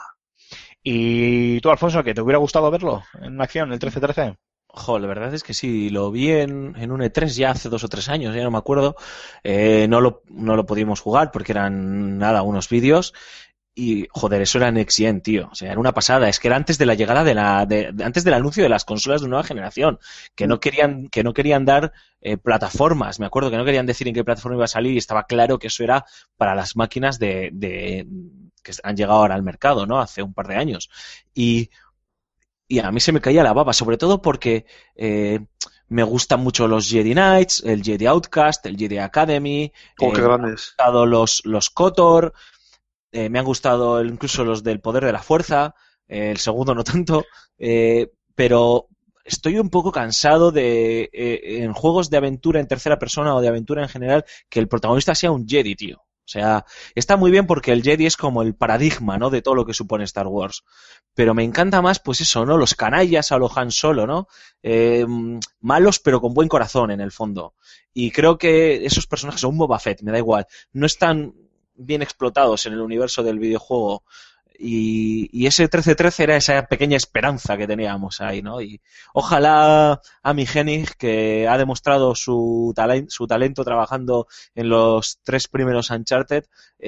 ¿Y tú, Alfonso, que te hubiera gustado verlo en acción, el trece trece? Jo, la verdad es que sí, lo vi en, en un E tres ya hace dos o tres años, ya no me acuerdo. Eh, no lo, no lo pudimos jugar porque eran, nada, unos vídeos. Y, joder, eso era Next Gen, tío. O sea, era una pasada. Es que era antes de la llegada de la, de, de, antes del anuncio de las consolas de nueva generación. Que no querían, que no querían dar eh, plataformas. Me acuerdo que no querían decir en qué plataforma iba a salir y estaba claro que eso era para las máquinas de, de, que han llegado ahora al mercado, ¿no? Hace un par de años. Y, Y a mí se me caía la baba, sobre todo porque eh, me gustan mucho los Jedi Knights, el Jedi Outcast, el Jedi Academy. Oh, qué eh, grandes. me han gustado los, los KOTOR, eh, me han gustado el, incluso los del Poder de la Fuerza, eh, el segundo no tanto, eh, pero estoy un poco cansado de, eh, en juegos de aventura en tercera persona o de aventura en general, que el protagonista sea un Jedi, tío. O sea, está muy bien porque el Jedi es como el paradigma, ¿no? De todo lo que supone Star Wars. Pero me encanta más, pues eso, ¿no? Los canallas a lo Han Solo, ¿no? Eh, malos pero con buen corazón en el fondo. Y creo que esos personajes, o un Boba Fett, me da igual, no están bien explotados en el universo del videojuego. Y, y ese trece trece era esa pequeña esperanza que teníamos ahí, ¿no? Y ojalá Amy Hennig, que ha demostrado su, talen- su talento trabajando en los tres primeros Uncharted,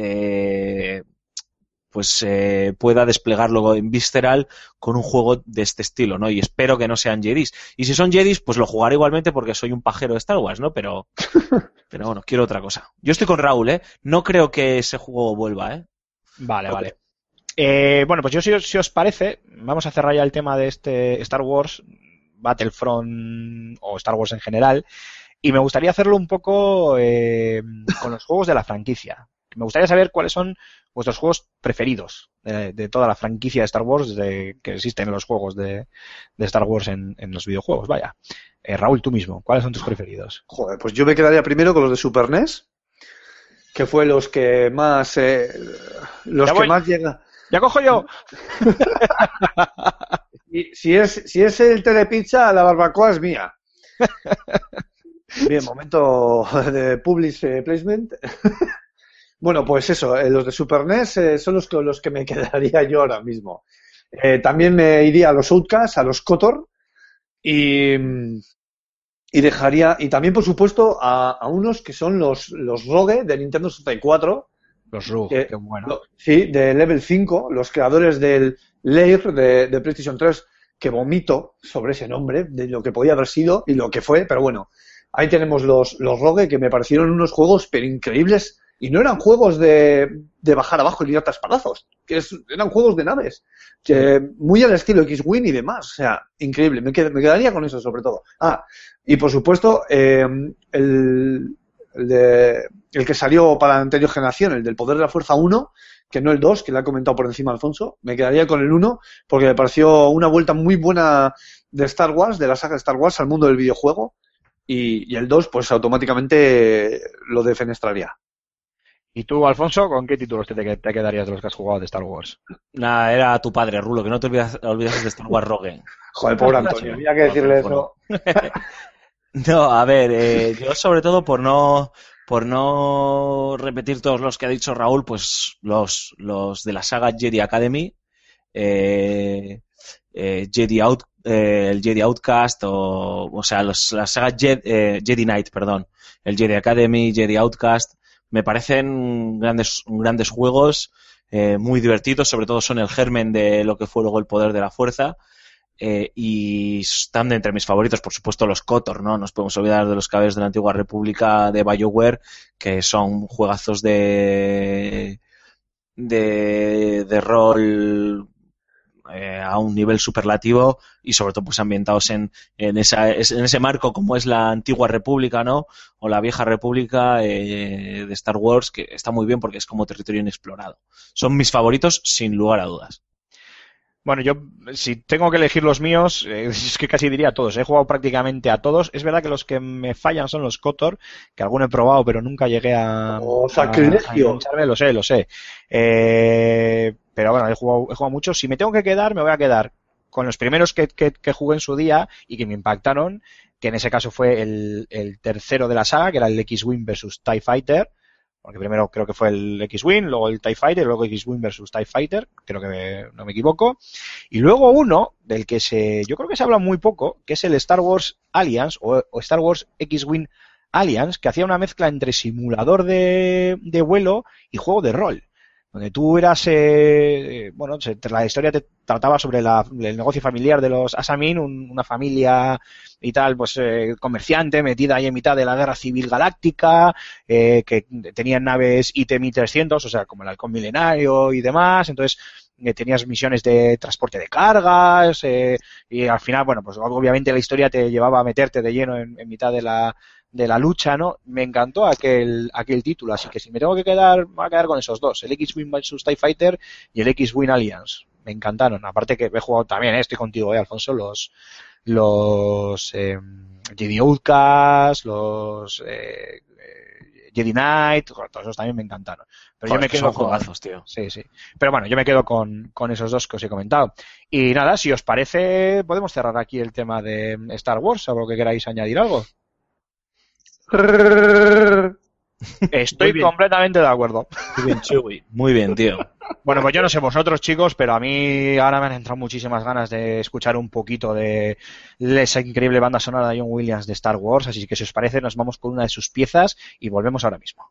eh, pues eh, pueda desplegarlo en Visceral con un juego de este estilo, ¿no? Y espero que no sean Jedis. Y si son Jedis, pues lo jugaré igualmente porque soy un pajero de Star Wars, ¿no? Pero, pero bueno, quiero otra cosa. Yo estoy con Raúl, ¿eh? No creo que ese juego vuelva, ¿eh? Vale, okay. vale. Eh, bueno, pues yo si, si os parece, vamos a cerrar ya el tema de este Star Wars, Battlefront o Star Wars en general, y me gustaría hacerlo un poco eh, con los juegos de la franquicia. Me gustaría saber cuáles son vuestros juegos preferidos de, de toda la franquicia de Star Wars de, que existen en los juegos de, de Star Wars en, en los videojuegos. Vaya, eh, Raúl, tú mismo, ¿cuáles son tus preferidos? Joder, pues yo me quedaría primero con los de Super N E S, que fue los que más, eh, los ya que voy. más llega. ¡Ya cojo yo! Y si es, si es el telepizza, la barbacoa es mía. Bien, momento de public placement. Bueno, pues eso, eh, los de Super N E S eh, son los que, los que me quedaría yo ahora mismo. Eh, también me iría a los Outcast, a los KOTOR, Y, y dejaría, y también por supuesto a, a unos que son los, los Rogue de Nintendo sesenta y cuatro. Los Rogue, que, qué bueno. Lo, sí, de Level cinco, los creadores del Lair de, de PlayStation tres, que vomito sobre ese nombre, de lo que podía haber sido y lo que fue, pero bueno, ahí tenemos los, los Rogue, que me parecieron unos juegos pero increíbles, y no eran juegos de, de bajar abajo y liar espadazos, que es, eran juegos de naves, que muy al estilo X-Wing y demás, o sea, increíble, me, qued, me quedaría con eso sobre todo. Ah, y por supuesto, eh, el, el, de, el que salió para la anterior generación, el del Poder de la Fuerza uno, que no el dos, que le ha comentado por encima Alfonso, me quedaría con el uno, porque me pareció una vuelta muy buena de Star Wars, de la saga de Star Wars al mundo del videojuego, y, y el dos, pues automáticamente lo defenestraría. ¿Y tú, Alfonso, con qué títulos te, te quedarías de los que has jugado de Star Wars? Nah, era tu padre, Rulo, que no te olvidas, olvidas de Star Wars Rogue. Joder, pobre Antonio, había que decirle eso. No, a ver, eh, yo sobre todo por no por no repetir todos los que ha dicho Raúl, pues los, los de la saga Jedi Academy, eh, eh, Jedi Out, eh, el Jedi Outcast, o, o sea, los, la saga Jedi, eh, Jedi Knight, perdón, el Jedi Academy, Jedi Outcast, me parecen grandes, grandes juegos, eh, muy divertidos, sobre todo son el germen de lo que fue luego el Poder de la Fuerza. Eh, y están entre mis favoritos, por supuesto, los KOTOR, ¿no? Nos podemos olvidar de los Caballeros de la Antigua República de BioWare, que son juegazos de de, de rol eh, a un nivel superlativo y sobre todo pues ambientados en, en, esa, en ese marco como es la Antigua República, ¿no? O la Vieja República eh, de Star Wars, que está muy bien porque es como territorio inexplorado. Son mis favoritos sin lugar a dudas. Bueno, yo, si tengo que elegir los míos, eh, es que casi diría todos. He jugado prácticamente a todos. Es verdad que los que me fallan son los KOTOR, que alguno he probado, pero nunca llegué a... ¡Oh, sacrilegio! A, a lo sé, lo sé. Eh, pero bueno, he jugado, he jugado mucho. Si me tengo que quedar, me voy a quedar con los primeros que, que, que jugué en su día y que me impactaron, que en ese caso fue el, el tercero de la saga, que era el X-Wing versus TIE Fighter. Porque primero creo que fue el X-Wing, luego el TIE Fighter, luego X-Wing versus TIE Fighter, creo que me, no me equivoco. Y luego uno del que se, yo creo que se habla muy poco, que es el Star Wars Alliance o, o Star Wars X-Wing Alliance, que hacía una mezcla entre simulador de, de vuelo y juego de rol. Donde tú eras, eh, bueno, la historia te trataba sobre la, el negocio familiar de los Asamin, un, una familia y tal, pues eh, comerciante metida ahí en mitad de la guerra civil galáctica, eh, que tenían naves I T M I trescientos, o sea, como el Halcón Milenario y demás, entonces eh, tenías misiones de transporte de cargas, eh, y al final, bueno, pues obviamente la historia te llevaba a meterte de lleno en, en mitad de la de la lucha, ¿no? Me encantó aquel aquel título, así que si me tengo que quedar, me voy a quedar con esos dos, el X-Wing versus TIE Fighter y el X-Wing Alliance. Me encantaron, aparte que he jugado también, ¿eh? Estoy contigo, ¿eh, Alfonso? Los los eh, Jedi Outcast, los eh, Jedi Knight, todos esos también me encantaron. Pero Joder, yo me quedo son con jugazos, tío. Sí, sí. Pero bueno, yo me quedo con, con esos dos que os he comentado. Y nada, si os parece, podemos cerrar aquí el tema de Star Wars, o lo que queráis añadir algo. Estoy completamente de acuerdo. Muy bien, Chewie. Muy bien, tío. Bueno, pues yo no sé vosotros, chicos, pero a mí ahora me han entrado muchísimas ganas de escuchar un poquito de esa increíble banda sonora de John Williams de Star Wars, así que si os parece nos vamos con una de sus piezas y volvemos ahora mismo.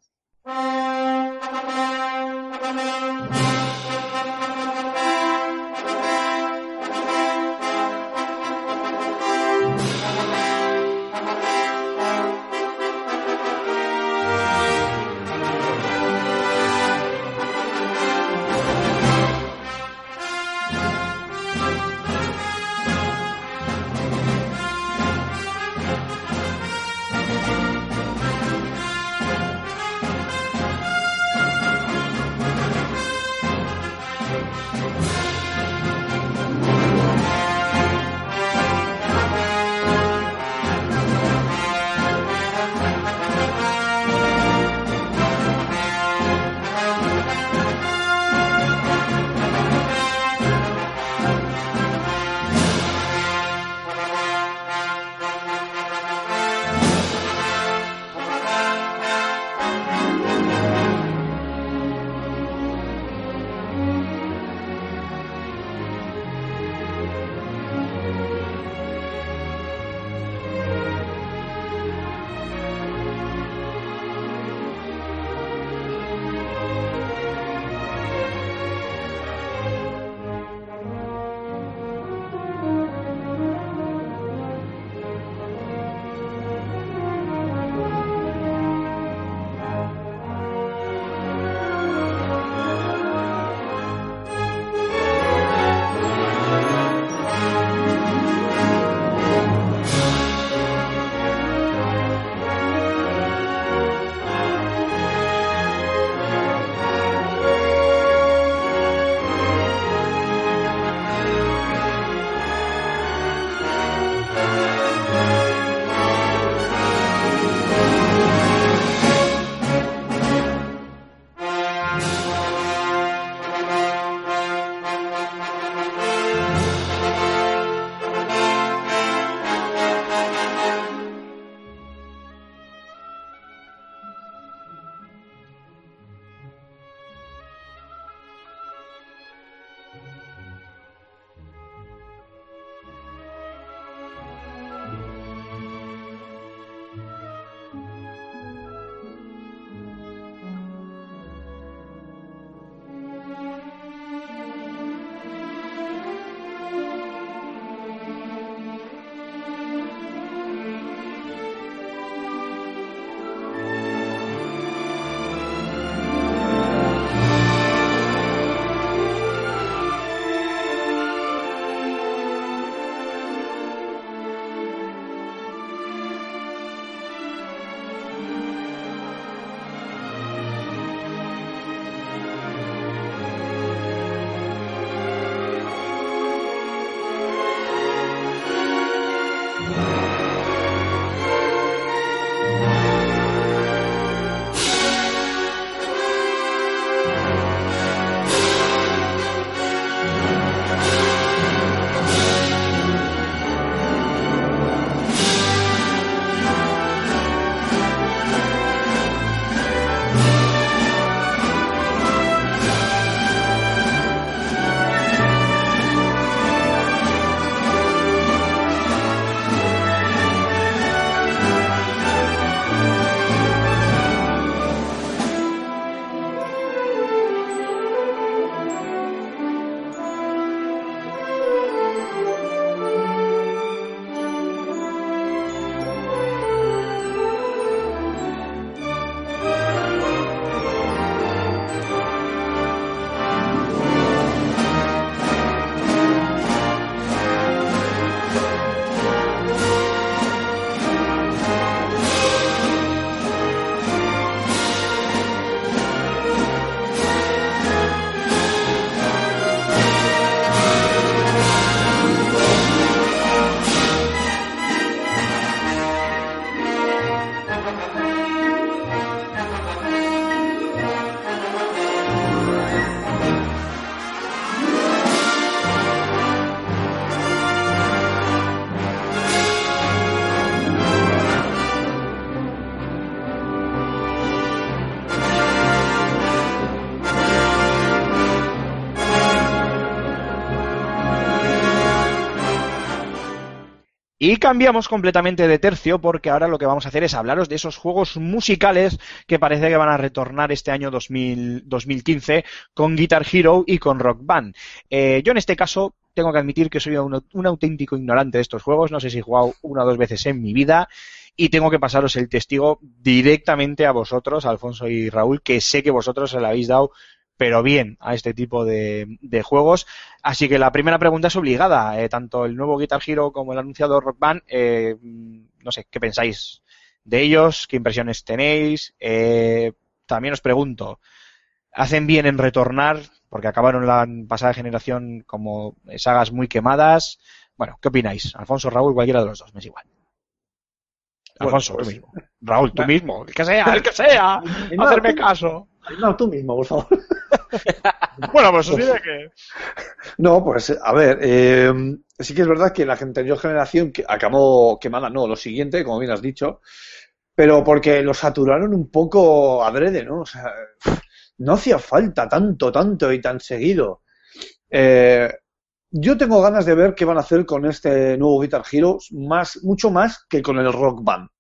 Y cambiamos completamente de tercio porque ahora lo que vamos a hacer es hablaros de esos juegos musicales que parece que van a retornar este año dos mil, dos mil quince con Guitar Hero y con Rock Band. Eh, yo en este caso tengo que admitir que soy un, un auténtico ignorante de estos juegos, no sé si he jugado una o dos veces en mi vida y tengo que pasaros el testigo directamente a vosotros, Alfonso y Raúl, que sé que vosotros se le habéis dado pero bien a este tipo de, de juegos. Así que la primera pregunta es obligada. Eh, tanto el nuevo Guitar Hero como el anunciado Rock Band, eh, no sé, ¿qué pensáis de ellos? ¿Qué impresiones tenéis? Eh, también os pregunto, ¿hacen bien en retornar? Porque acabaron la pasada generación como sagas muy quemadas. Bueno, ¿qué opináis? Alfonso, Raúl, cualquiera de los dos, me es igual. Alfonso, bueno, pues, tú mismo. Raúl, tú mismo. El que sea, el que sea. No, hacerme tú, caso. No, tú mismo, por favor. Bueno, pues os diré que... No, pues, a ver, eh, sí que es verdad que la anterior generación que acabó quemada, no, lo siguiente, como bien has dicho, pero porque lo saturaron un poco adrede, ¿no? O sea, no hacía falta tanto, tanto y tan seguido. Eh, yo tengo ganas de ver qué van a hacer con este nuevo Guitar Hero, más, mucho más que con el Rock Band.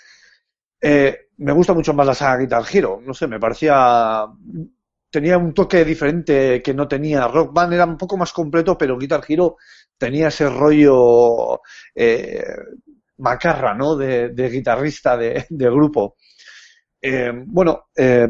Eh, me gusta mucho más la saga Guitar Hero, no sé, me parecía... tenía un toque diferente que no tenía. Rock Band era un poco más completo, pero Guitar Hero tenía ese rollo eh, macarra, ¿no? De, de guitarrista de, de grupo. Eh, bueno, eh,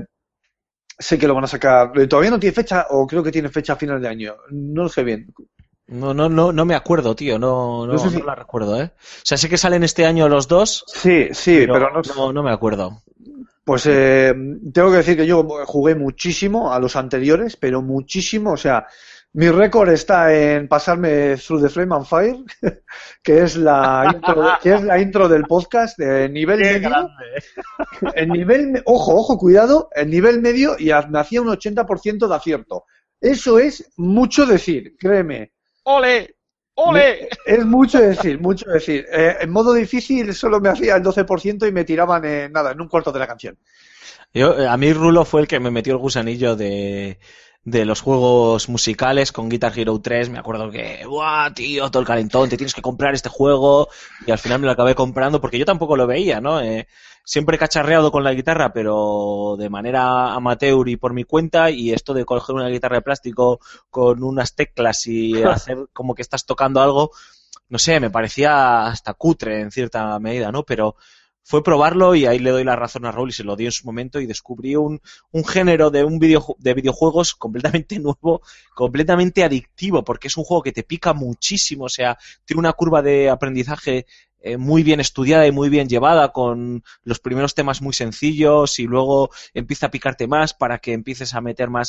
sé que lo van a sacar. Todavía no tiene fecha, o creo que tiene fecha a final de año. No lo sé bien. No, no, no, no me acuerdo, tío. No, no, no, sé si... no la recuerdo, ¿eh? O sea, sé que salen este año los dos. Sí, sí, pero, pero no... no, no me acuerdo. Pues eh, tengo que decir que yo jugué muchísimo a los anteriores, pero muchísimo, o sea, mi récord está en pasarme Through the Flame and Fire, que es la intro, de, que es la intro del podcast de nivel ¡Qué medio. grande! El nivel, ojo, ojo, cuidado, el nivel medio y me hacía un ochenta por ciento de acierto. Eso es mucho decir, créeme. ¡Ole! ¡Ole! Es mucho decir, mucho decir. Eh, en modo difícil solo me hacía el doce por ciento y me tiraban en nada, en un cuarto de la canción. Yo, a mí Rulo fue el que me metió el gusanillo de, de los juegos musicales con Guitar Hero tres. Me acuerdo que, ¡buah, tío, todo el calentón! Te tienes que comprar este juego. Y al final me lo acabé comprando porque yo tampoco lo veía, ¿no? Eh, siempre cacharreado con la guitarra, pero de manera amateur y por mi cuenta. Y esto de coger una guitarra de plástico con unas teclas y hacer como que estás tocando algo, no sé, me parecía hasta cutre en cierta medida, ¿no? Pero fue probarlo y ahí le doy la razón a Raúl y se lo di en su momento y descubrí un, un género de un video, de videojuegos completamente nuevo, completamente adictivo, porque es un juego que te pica muchísimo, o sea, tiene una curva de aprendizaje eh, muy bien estudiada y muy bien llevada, con los primeros temas muy sencillos y luego empieza a picarte más para que empieces a meter más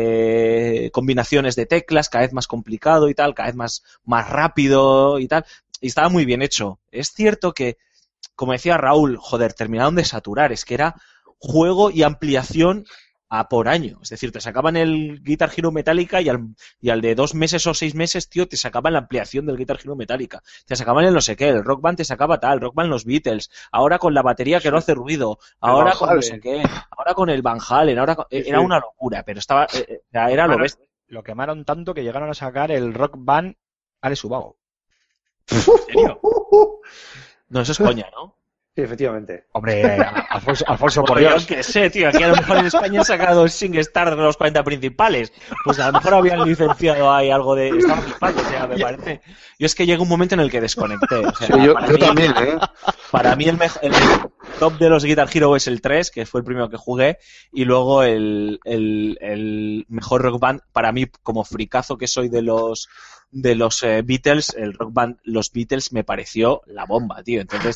eh, combinaciones de teclas, cada vez más complicado y tal, cada vez más, más rápido y tal, y estaba muy bien hecho. Es cierto que, como decía Raúl, joder, terminaron de saturar, es que era juego y ampliación a por año. Es decir, te sacaban el Guitar Hero Metallica y al, y al de dos meses o seis meses, tío, te sacaban la ampliación del Guitar Hero Metallica. Te sacaban el no sé qué, el Rock Band te sacaba tal, Rock Band los Beatles, ahora con la batería que no hace ruido, ahora con no sé qué, ahora con el Van Halen, ahora con, sí, era sí. Una locura, pero estaba, eh, era lo bestia. Lo quemaron tanto que llegaron a sacar el Rock Band Alex Ubago. ¿En serio? No, eso es coña, ¿no? Sí, efectivamente. Hombre, Alfonso, Alfonso por Dios. Yo qué sé, tío, aquí a lo mejor en España han sacado el SingStar de los cuarenta principales. Pues a lo mejor habían licenciado ahí algo de... Estaba flipando, o sea, me parece... Yo es que llega un momento en el que desconecté. O sea, sí, yo, para yo mí, también, ¿eh? Para mí el, mejor, el top de los Guitar Hero es el tres, que fue el primero que jugué, y luego el, el, el mejor Rock Band, para mí, como fricazo que soy de los... de los eh, Beatles, el Rock Band, los Beatles me pareció la bomba, tío. Entonces,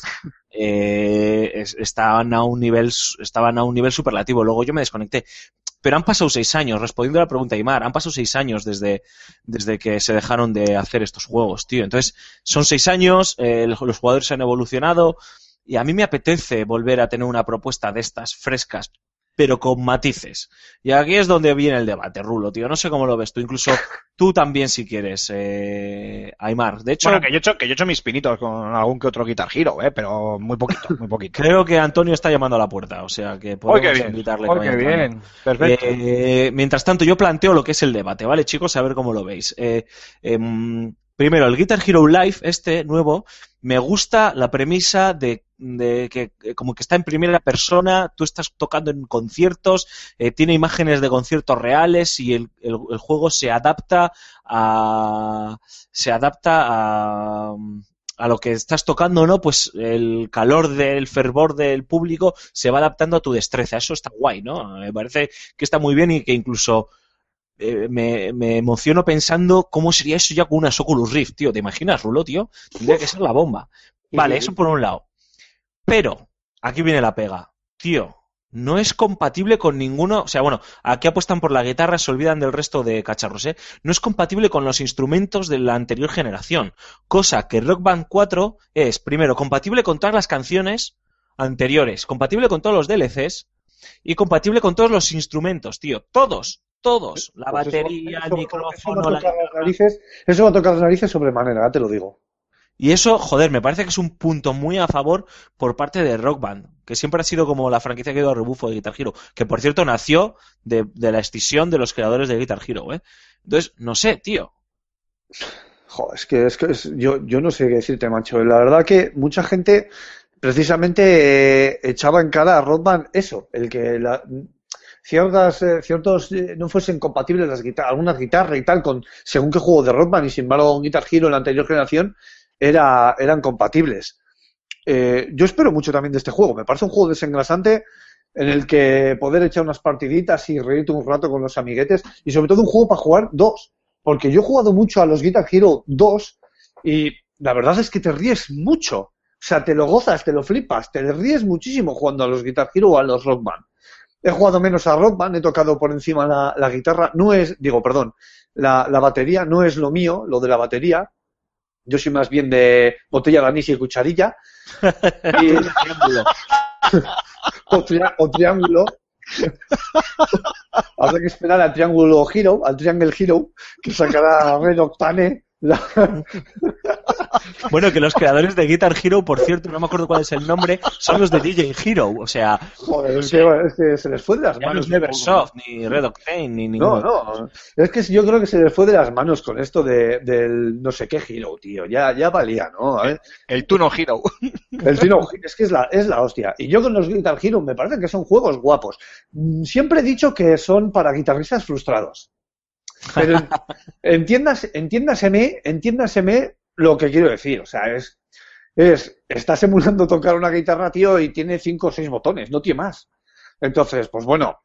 eh, es, estaban a un nivel, estaban a un nivel superlativo. Luego yo me desconecté. Pero han pasado seis años, respondiendo a la pregunta de Aimar, han pasado seis años desde, desde que se dejaron de hacer estos juegos, tío. Entonces, son seis años, eh, los jugadores han evolucionado, y a mí me apetece volver a tener una propuesta de estas frescas, pero con matices. Y aquí es donde viene el debate, Rulo, tío. No sé cómo lo ves tú. Incluso tú también, si quieres, eh, Aimar. De hecho, bueno, que yo he hecho, que yo he hecho mis pinitos con algún que otro Guitar Hero, eh, pero muy poquito, muy poquito. Creo que Antonio está llamando a la puerta, o sea que podemos oh, invitarle. Oh, qué bien. Perfecto. Eh, mientras tanto, yo planteo lo que es el debate, ¿vale, chicos? A ver cómo lo veis. Eh, eh, primero, el Guitar Hero Live, este nuevo, me gusta la premisa de, de que como que está en primera persona, tú estás tocando en conciertos, eh, tiene imágenes de conciertos reales y el, el, el juego se adapta a se adapta a a lo que estás tocando, ¿no? Pues el calor del fervor del público se va adaptando a tu destreza. Eso está guay, ¿no? Me parece que está muy bien y que incluso eh, me, me emociono pensando cómo sería eso ya con unas Oculus Rift, tío. ¿Te imaginas, Rulo, tío? Tendría que ser la bomba. Vale, eso por un lado. Pero, aquí viene la pega. Tío, no es compatible con ninguno... O sea, bueno, aquí apuestan por la guitarra, se olvidan del resto de cacharros, ¿eh? No es compatible con los instrumentos de la anterior generación. Cosa que Rock Band cuatro es, primero, compatible con todas las canciones anteriores, compatible con todos los D L Cs y compatible con todos los instrumentos, tío. Todos, todos. La Pues batería, eso, eso, el eso micrófono, va a la tocar las guitarra. narices, eso va a tocar las narices sobremanera, ya te lo digo. Y eso, joder, me parece que es un punto muy a favor por parte de Rock Band, que siempre ha sido como la franquicia que ha ido a rebufo de Guitar Hero, que por cierto nació de, de la escisión de los creadores de Guitar Hero, ¿eh? Entonces, no sé, tío. Joder, es que, es que es- yo, yo no sé qué decirte, macho. La verdad que mucha gente precisamente eh, echaba en cara a Rock Band eso, el que la, ciertas, eh, ciertos eh, no fuesen compatibles las guitarras, algunas guitarras y tal, con según qué juego de Rock Band, y sin embargo un Guitar Hero en la anterior generación era, eran compatibles. Eh, yo espero mucho también de este juego. Me parece un juego desengrasante en el que poder echar unas partiditas y reírte un rato con los amiguetes, y sobre todo un juego para jugar dos, porque yo he jugado mucho a los Guitar Hero dos y la verdad es que te ríes mucho. O sea, te lo gozas, te lo flipas, te ríes muchísimo jugando a los Guitar Hero o a los Rock Band. He jugado menos a Rock Band, he tocado por encima la, la guitarra, no es, digo, perdón, la, la batería no es lo mío, lo de la batería. Yo soy más bien de botella de anís y cucharilla. Y, o, tria- o triángulo. Habrá que esperar al Triángulo Hero, al Triangle Hero, que sacará Red Octane. La... Bueno, que los creadores de Guitar Hero, por cierto, no me acuerdo cuál es el nombre, son los de D J Hero, o sea, Joder, es que, es que se les fue de las ya no manos. es Neversoft, ni Red Octane, ni No, ninguno. no, es que yo creo que se les fue de las manos con esto de, del no sé qué Hero, tío. Ya, ya valía, ¿no? A ver, El Tuno Hero. el Tino, es que es la, es la hostia. Y yo con los Guitar Hero me parece que son juegos guapos. Mm, Siempre he dicho que son para guitarristas frustrados. Pero entiendas, entiéndaseme, entiéndaseme lo que quiero decir. O sea, es, es, estás emulando tocar una guitarra, tío, y tiene cinco o seis botones, no tiene más. Entonces, pues bueno,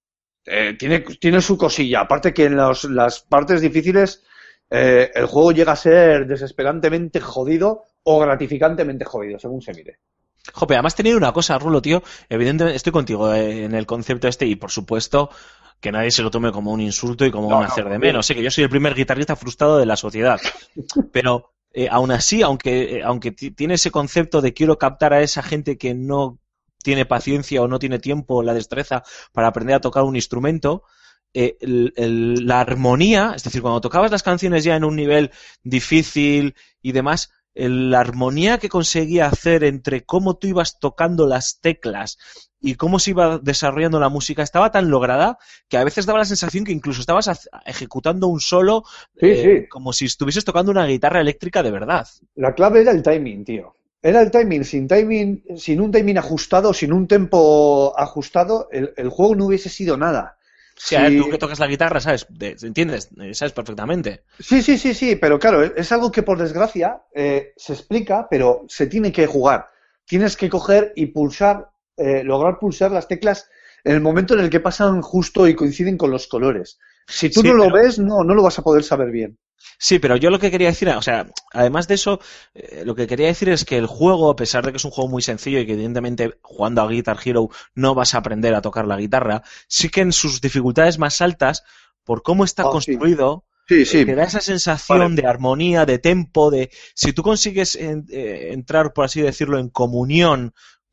eh, tiene, tiene su cosilla. Aparte que en los, las partes difíciles eh, el juego llega a ser desesperantemente jodido o gratificantemente jodido, según se mire. Jope, además tenido una cosa, Rulo, tío, evidentemente estoy contigo eh, en el concepto este y por supuesto que nadie se lo tome como un insulto y como No, un no, hacer de no. menos. Sé que yo soy el primer guitarrista frustrado de la sociedad, pero eh, aún así, aunque, eh, aunque t- tiene ese concepto de quiero captar a esa gente que no tiene paciencia o no tiene tiempo o la destreza para aprender a tocar un instrumento, eh, el- el- la armonía, es decir, cuando tocabas las canciones ya en un nivel difícil y demás, el- la armonía que conseguía hacer entre cómo tú ibas tocando las teclas y cómo se iba desarrollando la música estaba tan lograda que a veces daba la sensación que incluso estabas haz- ejecutando un solo Sí, eh, sí. como si estuvieses tocando una guitarra eléctrica de verdad. La clave era el timing, tío. Era el timing. Sin timing, sin un timing ajustado, sin un tempo ajustado, el, el juego no hubiese sido nada. O sea, Sí. tú que tocas la guitarra, ¿sabes? De- ¿Entiendes? Eh, ¿Sabes perfectamente? Sí, sí, sí, sí, pero claro, es algo que por desgracia eh, se explica, pero se tiene que jugar. Tienes que coger y pulsar, eh, lograr pulsar las teclas en el momento en el que pasan justo y coinciden con los colores. Si tú Sí, no lo pero- ves, no, no lo vas a poder saber bien. Sí, pero yo lo que quería decir, o sea, además de eso, eh, lo que quería decir es que el juego, a pesar de que es un juego muy sencillo y que evidentemente jugando a Guitar Hero no vas a aprender a tocar la guitarra, sí que en sus dificultades más altas, por cómo está Ah, sí. construido, Sí, eh, te da esa sensación Vale. de armonía, de tempo, de si tú consigues en- eh, entrar, por así decirlo, en comunión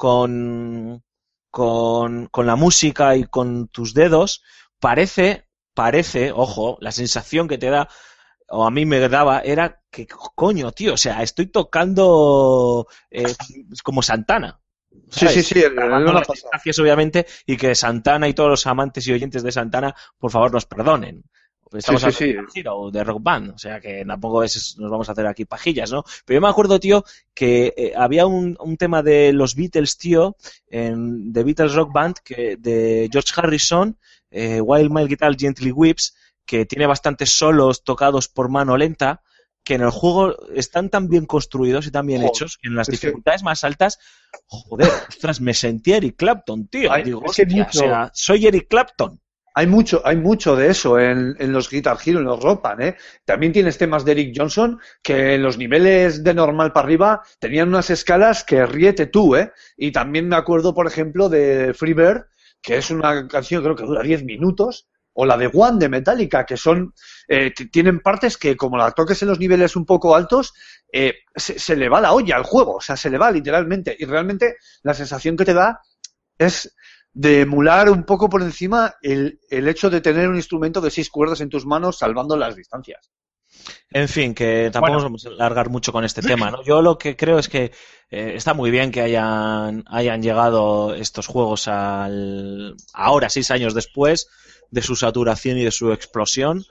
con, con, con la música y con tus dedos, parece, parece, ojo, la sensación que te da o a mí me daba, era que, coño, tío, o sea, estoy tocando eh, como Santana. Sí, ¿sabes? sí, sí, el- el- Salvando una las pasada. distancias, obviamente, y que Santana y todos los amantes y oyentes de Santana, por favor, nos perdonen. estamos sí, sí, hablando sí. de Hero, de Rock Band, o sea que tampoco es, nos vamos a hacer aquí pajillas, ¿no? Pero yo me acuerdo, tío, que eh, había un, un tema de los Beatles, tío, en The Beatles Rock Band, que de George Harrison, eh, While My Guitar Gently Weeps, que tiene bastantes solos tocados por mano lenta, que en el juego están tan bien construidos y tan bien joder, hechos que en las dificultades que... más altas, joder, ostras, me sentí Eric Clapton, tío. Hay, Digo, es hostia, que mucho, o sea, soy Eric Clapton. Hay mucho, hay mucho de eso en, en los Guitar Hero, en los Rock Band, ¿eh? También tienes temas de Eric Johnson que en los niveles de normal para arriba tenían unas escalas que ríete tú, ¿eh? Y también me acuerdo, por ejemplo, de Freebird, que es una canción creo que dura diez minutos, o la de One de Metallica, que son eh, tienen partes que como la toques en los niveles un poco altos, eh, se, se le va la olla al juego, o sea, se le va literalmente, y realmente la sensación que te da es de emular un poco por encima el, el hecho de tener un instrumento de seis cuerdas en tus manos salvando las distancias. En fin, que tampoco bueno. nos vamos a alargar mucho con este tema, ¿no? Yo lo que creo es que eh, está muy bien que hayan, hayan llegado estos juegos al ahora, seis años después de su saturación y de su explosión.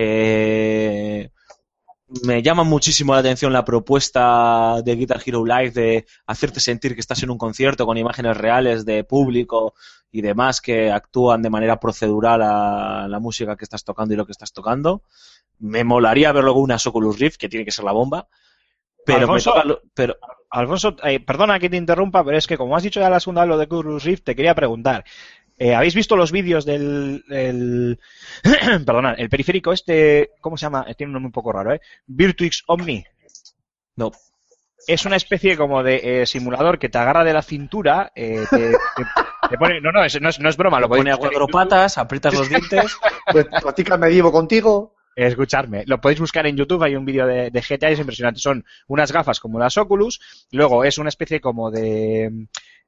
Eh, me llama muchísimo la atención la propuesta de Guitar Hero Live de hacerte sentir que estás en un concierto con imágenes reales de público y demás que actúan de manera procedural a la música que estás tocando y lo que estás tocando. Me molaría ver luego una Oculus Rift, que tiene que ser la bomba. Pero Alfonso, me toca lo, pero... Alfonso eh, perdona que te interrumpa, pero es que como has dicho ya la segunda vez lo de Oculus Rift, te quería preguntar. Eh, ¿Habéis visto los vídeos del... El, perdona, el periférico este, ¿cómo se llama? Tiene un nombre un poco raro, ¿eh? Virtuix Omni. No. Es una especie como de eh, simulador que te agarra de la cintura, eh, te, te, te pone... No, no, es, no, es, no es broma. Lo pone a cuatro patas, aprietas los dientes... Pues practica medievo contigo... Escuchadme, lo podéis buscar en YouTube, hay un vídeo de, de G T A, es impresionante. Son unas gafas como las Oculus, luego es una especie como de,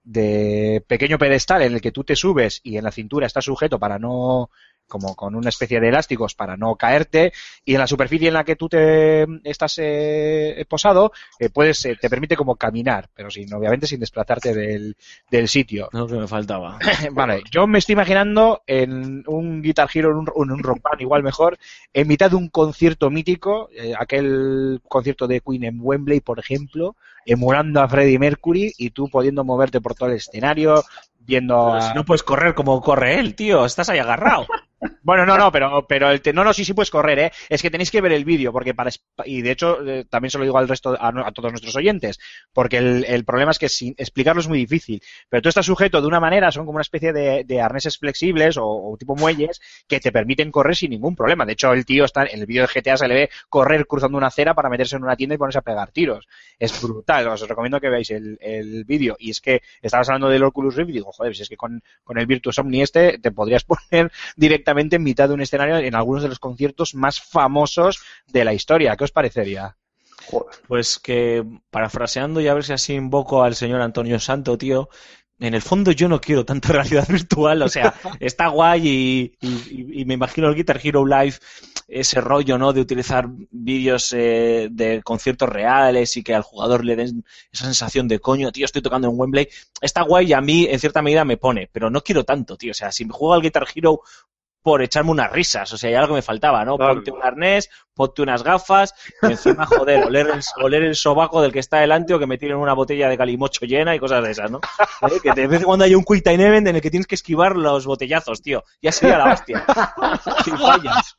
de pequeño pedestal en el que tú te subes y en la cintura está sujeto para no, como con una especie de elásticos para no caerte, y en la superficie en la que tú te estás eh, posado, eh, puedes, eh, te permite como caminar, pero sin, obviamente sin desplazarte del, del sitio. No, que me faltaba. Vale, yo me estoy imaginando en un Guitar Hero, en un, en un Rock Band igual mejor, en mitad de un concierto mítico, eh, aquel concierto de Queen en Wembley, por ejemplo, emulando a Freddie Mercury y tú pudiendo moverte por todo el escenario, viendo a... Si no puedes correr como corre él, tío, estás ahí agarrado. Bueno, no, no, pero, pero el te... no, no, sí, sí puedes correr, ¿eh? Es que tenéis que ver el vídeo, porque para, y de hecho, eh, también se lo digo al resto, a, a todos nuestros oyentes, porque el, el problema es que sin explicarlo es muy difícil, pero tú estás sujeto de una manera, son como una especie de, de arneses flexibles o, o tipo muelles que te permiten correr sin ningún problema. De hecho, el tío está, en el vídeo de G T A se le ve correr cruzando una acera para meterse en una tienda y ponerse a pegar tiros. Es brutal, os recomiendo que veáis el, el vídeo. Y es que estabas hablando del Oculus Rift y digo, joder, si es que con, con el Virtuos Omni este te podrías poner directamente en mitad de un escenario en algunos de los conciertos más famosos de la historia. ¿Qué os parecería? Pues que, parafraseando y a ver si así invoco al señor Antonio Santo, tío, en el fondo yo no quiero tanta realidad virtual, o sea, está guay y, y, y me imagino el Guitar Hero Live, ese rollo, ¿no?, de utilizar vídeos eh, de conciertos reales y que al jugador le den esa sensación de coño, tío, estoy tocando en Wembley, está guay y a mí en cierta medida me pone, pero no quiero tanto, tío, o sea, si me juego al Guitar Hero por echarme unas risas, o sea, ya algo me faltaba, ¿no? Claro. Ponte un arnés, ponte unas gafas, y encima, joder, oler el, oler el sobaco del que está delante o que me tiren una botella de calimocho llena y cosas de esas, ¿no? ¿Eh? Que de vez en cuando hay un quick time event en el que tienes que esquivar los botellazos, tío. Ya sería la hostia. Sin fallas.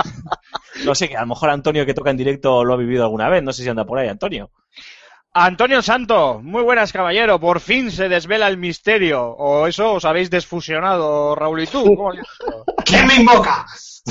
No sé, que a lo mejor Antonio, que toca en directo, lo ha vivido alguna vez. No sé si anda por ahí, Antonio. Antonio Santo, muy buenas, caballero. Por fin se desvela el misterio. ¿O eso os habéis desfusionado, Raúl y tú? ¿Cómo ¿Quién me invoca?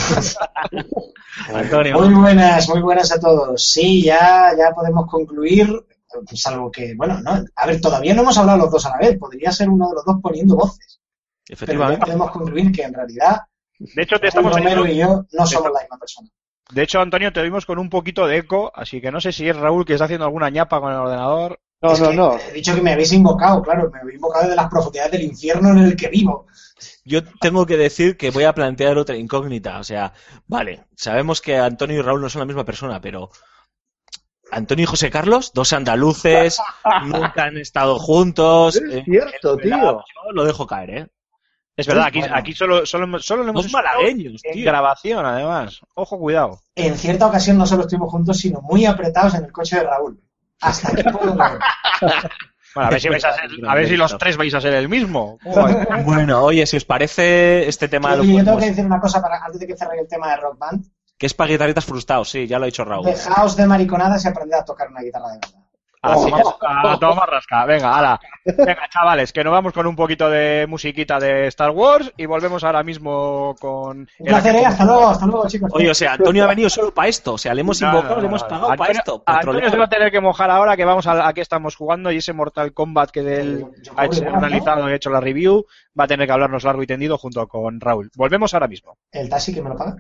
Antonio. Muy buenas, muy buenas a todos. Sí, ya, ya podemos concluir, salvo que, bueno, no, a ver, todavía no hemos hablado los dos a la vez. Podría ser uno de los dos poniendo voces. Pero ya podemos concluir que en realidad, de hecho, te estamos Romero y yo no somos la misma persona. De hecho, Antonio, te vimos con un poquito de eco, así que no sé si es Raúl que está haciendo alguna ñapa con el ordenador. No, es no, que no. He dicho que me habéis invocado, claro, me habéis invocado desde las profundidades del infierno en el que vivo. Yo tengo que decir que voy a plantear otra incógnita. O sea, vale, sabemos que Antonio y Raúl no son la misma persona, pero Antonio y José Carlos, dos andaluces, nunca han estado juntos. Es cierto, eh, tío. Yo lo dejo caer, ¿eh? Es verdad, aquí, bueno. aquí solo, solo, solo lo hemos Dos malagueños, en tío. grabación, además. Ojo, cuidado. En cierta ocasión no solo estuvimos juntos, sino muy apretados en el coche de Raúl. Hasta aquí puedo ver. Bueno, a ver, si vais a ser, a ver si los tres vais a ser el mismo. Bueno, oye, si os parece este tema... Oye, yo tengo que decir una cosa para, antes de que cerre el tema de Rock Band. Que es para guitarritas frustrados, sí, ya lo ha dicho Raúl. Dejaos de mariconadas y aprended a tocar una guitarra de verdad. A la toma rasca, venga, ala. Venga, chavales, que nos vamos con un poquito de musiquita de Star Wars y volvemos ahora mismo con... Un placer, eh, hasta luego, hasta luego, chicos. Oye, o sea, Antonio ha venido solo para esto, o sea, le hemos no, invocado, no, no, le hemos pagado no, para Antonio, esto. Para Antonio se va a tener que mojar ahora que vamos a, a qué estamos jugando y ese Mortal Kombat que él ha hecho, bien, analizado y ha hecho la review, va a tener que hablarnos largo y tendido junto con Raúl. Volvemos ahora mismo. ¿El taxi que me lo paga?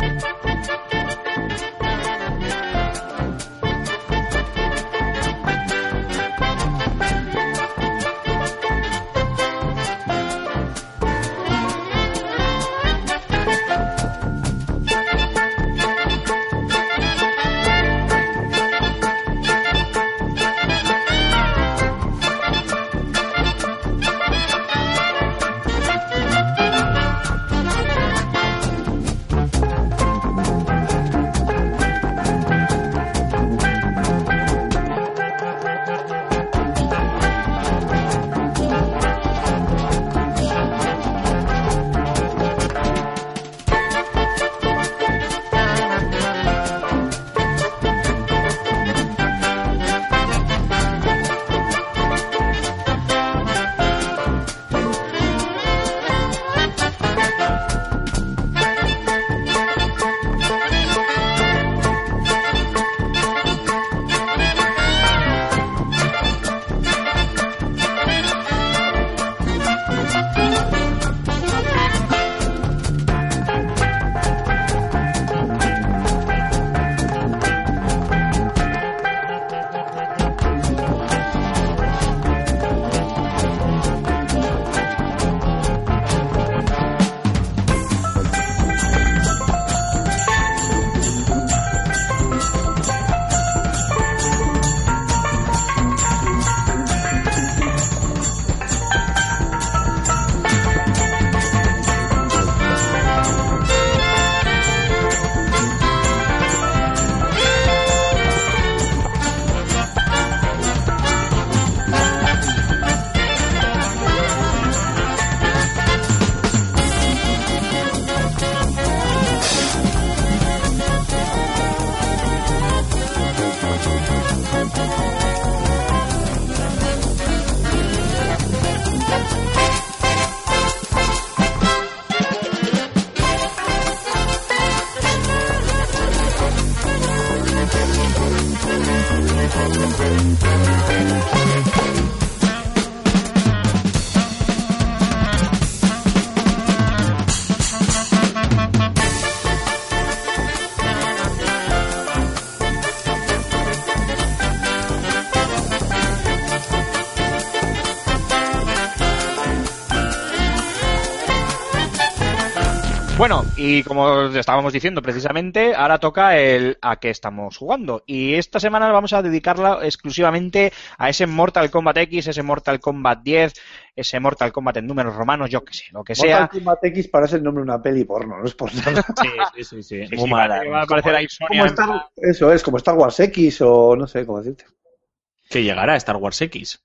Bueno, y como estábamos diciendo precisamente, ahora toca el a qué estamos jugando. Y esta semana vamos a dedicarla exclusivamente a ese Mortal Kombat X, ese Mortal Kombat diez, ese Mortal Kombat en números romanos, yo que sé, lo que sea. Mortal Kombat X parece el nombre de una peli porno, no es por nada. Sí, sí, sí. sí, sí, sí mala, va a aparecer ahí Sonia. Star, eso es, como Star Wars X o no sé cómo decirte. Que llegará a Star Wars X.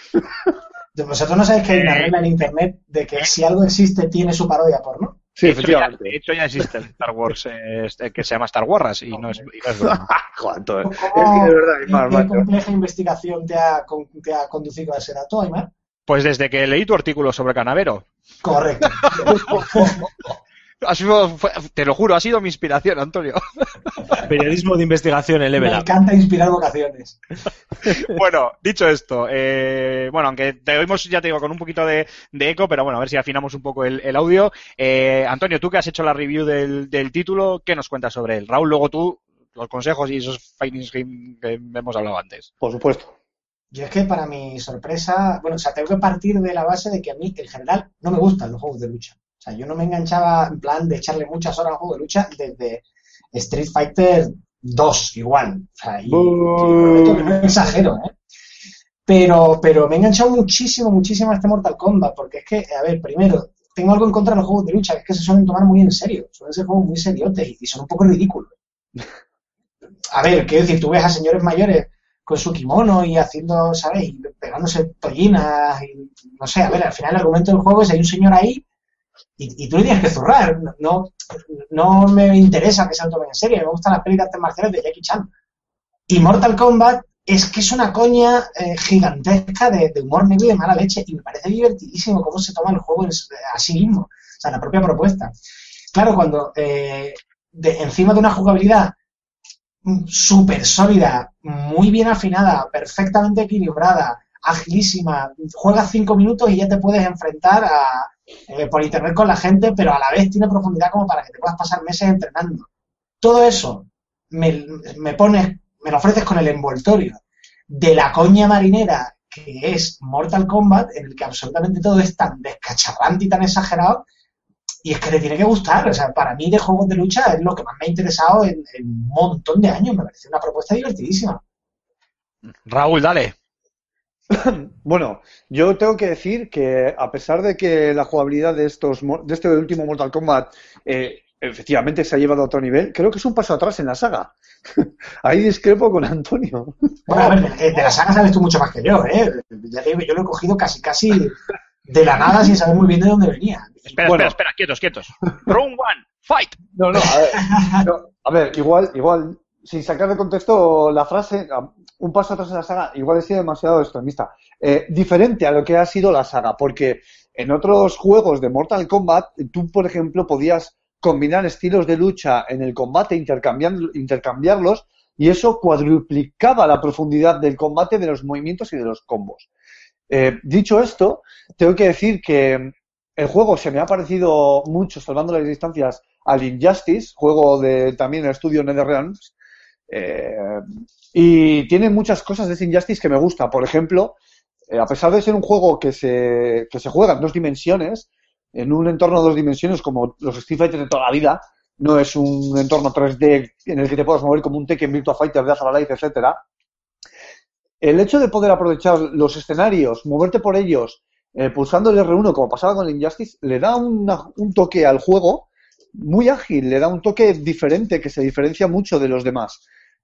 Vosotros no sabéis que hay una regla en internet de que si algo existe tiene su parodia porno. Sí, de efectivamente. Ya, de hecho ya existe el Star Wars eh, que se llama Star Wars y no es, y no es verdad. Joder, es que de verdad, Aymar, ¿Qué compleja investigación te ha, te ha conducido a ese dato, Aymar? Pues desde que leí tu artículo sobre Canavero. Correcto. Ha sido, te lo juro, ha sido mi inspiración, Antonio. Periodismo de investigación en Level Up. Me encanta inspirar vocaciones. Bueno, dicho esto, eh, bueno, aunque te oímos, ya te digo, con un poquito de, de eco, pero bueno, a ver si afinamos un poco el, el audio. Eh, Antonio, tú que has hecho la review del, del título, ¿qué nos cuentas sobre él? Raúl, luego tú, los consejos y esos findings que hemos hablado antes. Por supuesto. Yo es que para mi sorpresa, bueno, o sea, tengo que partir de la base de que a mí, en general, no me gustan los juegos de lucha. O sea, yo no me enganchaba en plan de echarle muchas horas al juego de lucha desde Street Fighter dos, igual. O sea, y, y prometo que no exagero, ¿eh? Pero, pero me he enganchado muchísimo, muchísimo a este Mortal Kombat, porque es que, a ver, primero, tengo algo en contra de los juegos de lucha, que es que se suelen tomar muy en serio, suelen ser juegos muy seriotes y son un poco ridículos. A ver, quiero decir, tú ves a señores mayores con su kimono y haciendo, ¿sabes? Y pegándose tollinas y no sé, a ver, al final el argumento del juego es hay un señor ahí y, y tú le tienes que zurrar. No, no me interesa que se lo tomen en serio, me gustan las películas de artes marciales de Jackie Chan. Y Mortal Kombat es que es una coña eh, gigantesca de, de humor negro y de mala leche y me parece divertidísimo cómo se toma el juego en, a sí mismo, o sea, la propia propuesta. Claro, cuando eh, de, encima de una jugabilidad súper sólida, muy bien afinada, perfectamente equilibrada, agilísima, juegas cinco minutos y ya te puedes enfrentar a, eh, por internet con la gente, pero a la vez tiene profundidad como para que te puedas pasar meses entrenando. Todo eso me, me pones, me lo ofreces con el envoltorio de la coña marinera que es Mortal Kombat, en el que absolutamente todo es tan descacharrante y tan exagerado. Y es que te tiene que gustar, o sea, para mí de juegos de lucha es lo que más me ha interesado en, en un montón de años, me parece una propuesta divertidísima. Raúl, dale. Bueno, yo tengo que decir que a pesar de que la jugabilidad de estos de este último Mortal Kombat eh, efectivamente se ha llevado a otro nivel, creo que es un paso atrás en la saga. Ahí discrepo con Antonio. Bueno, a ver, de, de la saga sabes tú mucho más que yo, ¿eh? Ya te digo, yo lo he cogido casi, casi de la nada sin saber muy bien de dónde venía. Espera, bueno. espera, espera, quietos, quietos. Round one, fight. No, no, a ver, no, a ver, igual, igual, sin sacar de contexto la frase, un paso atrás en la saga, igual he sido demasiado extremista. Eh, diferente a lo que ha sido la saga, porque en otros juegos de Mortal Kombat, tú, por ejemplo, podías combinar estilos de lucha en el combate, intercambiando, intercambiarlos, y eso cuadruplicaba la profundidad del combate, de los movimientos y de los combos. Eh, dicho esto, tengo que decir que el juego se me ha parecido mucho, salvando las distancias, al Injustice, juego de también el estudio NetherRealms, eh, y tiene muchas cosas de ese Injustice que me gusta. Por ejemplo, eh, a pesar de ser un juego que se, que se juega en dos dimensiones, en un entorno de dos dimensiones como los Street Fighter de toda la vida, no es un entorno tres D en el que te puedas mover como un Tekken, Virtua Fighter, Death or Alive, etcétera. El hecho de poder aprovechar los escenarios, moverte por ellos, eh, pulsando el erre uno como pasaba con el Injustice, le da una, un toque al juego muy ágil, le da un toque diferente que se diferencia mucho de los demás.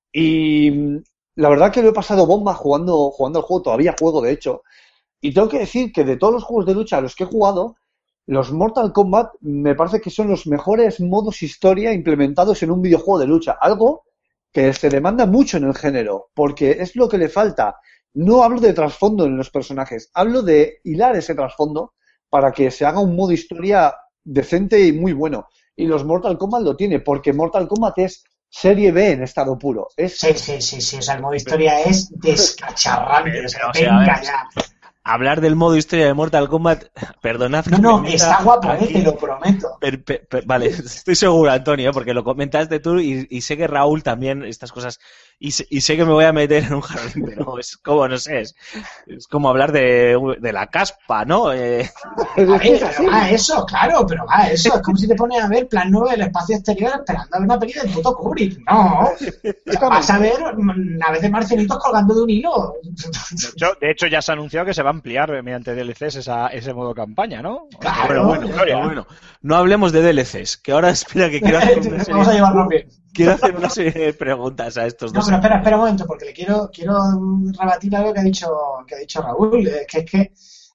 Y la verdad que lo he pasado bomba jugando, jugando el juego, todavía juego de hecho. Y tengo que decir que de todos los juegos de lucha a los que he jugado, los Mortal Kombat me parece que son los mejores modos historia implementados en un videojuego de lucha. Algo que se demanda mucho en el género, porque es lo que le falta. No hablo de trasfondo en los personajes, hablo de hilar ese trasfondo para que se haga un modo historia decente y muy bueno. Y los Mortal Kombat lo tiene, porque Mortal Kombat es serie B en estado puro. Es... Sí, sí, sí, sí, o sea, el modo historia es descacharrante. Pero, o sea, o sea, venga ya. Hablar del modo historia de Mortal Kombat, perdonad. No, no, está guapo, aquí, eh, te lo prometo. Per, per, per, vale, estoy seguro, Antonio, porque lo comentaste tú y, y sé que Raúl también, estas cosas, y, y sé que me voy a meter en un jardín, pero es como, no sé, es, es como hablar de, de la caspa, ¿no? Eh... A ver, pero va eso, claro, pero va eso, es como si te pones a ver Plan nueve del espacio exterior esperando a ver una peli del puto Kubrick, no, vas a ver naves de marcianitos colgando de un hilo. De hecho, de hecho ya se ha anunciado que se va a ampliar mediante D L Cs esa, ese modo campaña, ¿no? Claro, bueno, bueno, bueno, bueno, no hablemos de D L Cs, que ahora espera que quiero hacer una serie, vamos a llevarlo bien. Quiero hacer una serie de preguntas a estos no, dos. No, pero espera, espera un momento, porque le quiero quiero rebatir algo que ha dicho que ha dicho Raúl, eh, que es que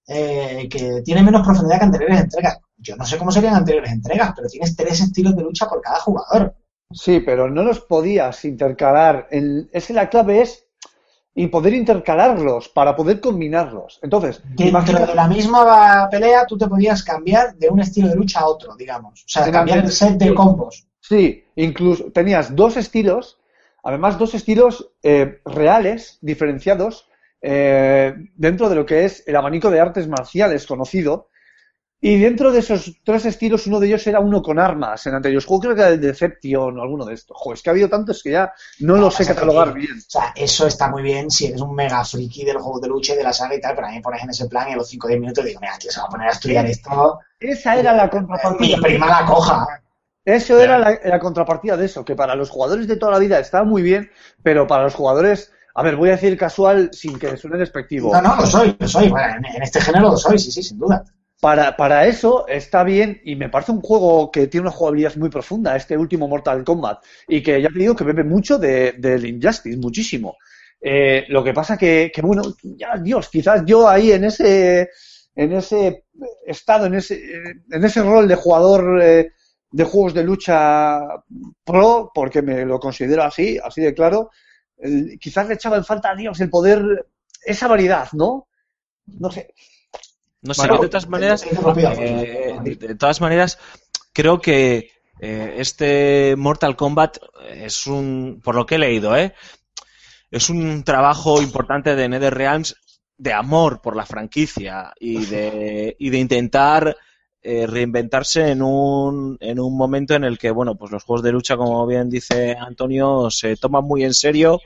eh, que tiene menos profundidad que anteriores entregas. Yo no sé cómo serían anteriores entregas, pero tienes tres estilos de lucha por cada jugador. Sí, pero no los podías intercalar. El, es que la clave es y poder intercalarlos para poder combinarlos. Entonces, dentro imagínate... de la misma pelea tú te podías cambiar de un estilo de lucha a otro, digamos. O sea, cambiar el set de combos. Sí, incluso tenías dos estilos, además dos estilos eh, reales, diferenciados, eh, dentro de lo que es el abanico de artes marciales conocido. Y dentro de esos tres estilos, uno de ellos era uno con armas en anteriores juegos, creo que era el Deception o alguno de estos. Joder, es que ha habido tantos que ya no lo sé catalogar bien. O sea, eso está muy bien si eres un mega friki del juego de lucha y de la saga y tal, pero a mí me pones en ese plan y a los cinco o diez minutos digo, mira, tío, se va a poner a estudiar esto. Esa era la contrapartida. Mi prima la coja. Eso era la, la contrapartida de eso, que para los jugadores de toda la vida estaba muy bien, pero para los jugadores... A ver, voy a decir casual sin que suene despectivo. No, no, lo soy, lo soy. Bueno, en, en este género lo soy, sí, sí, sin duda. para, para eso está bien y me parece un juego que tiene una jugabilidad muy profunda, este último Mortal Kombat, y que ya te digo que bebe mucho de, del Injustice, muchísimo. Eh, lo que pasa que, que, bueno, ya, Dios, quizás yo ahí en ese en ese estado, en ese en ese rol de jugador eh, de juegos de lucha pro, porque me lo considero así, así de claro, eh, quizás le echaba en falta a Dios el poder, esa variedad, ¿no? No sé. No sé, bueno, de todas maneras, eh, de, de todas maneras, creo que eh, este Mortal Kombat es un, por lo que he leído, ¿eh? Es un trabajo importante de NetherRealms de amor por la franquicia y de, y de intentar eh, reinventarse en un, en un momento en el que, bueno, pues los juegos de lucha, como bien dice Antonio, se toman muy en serio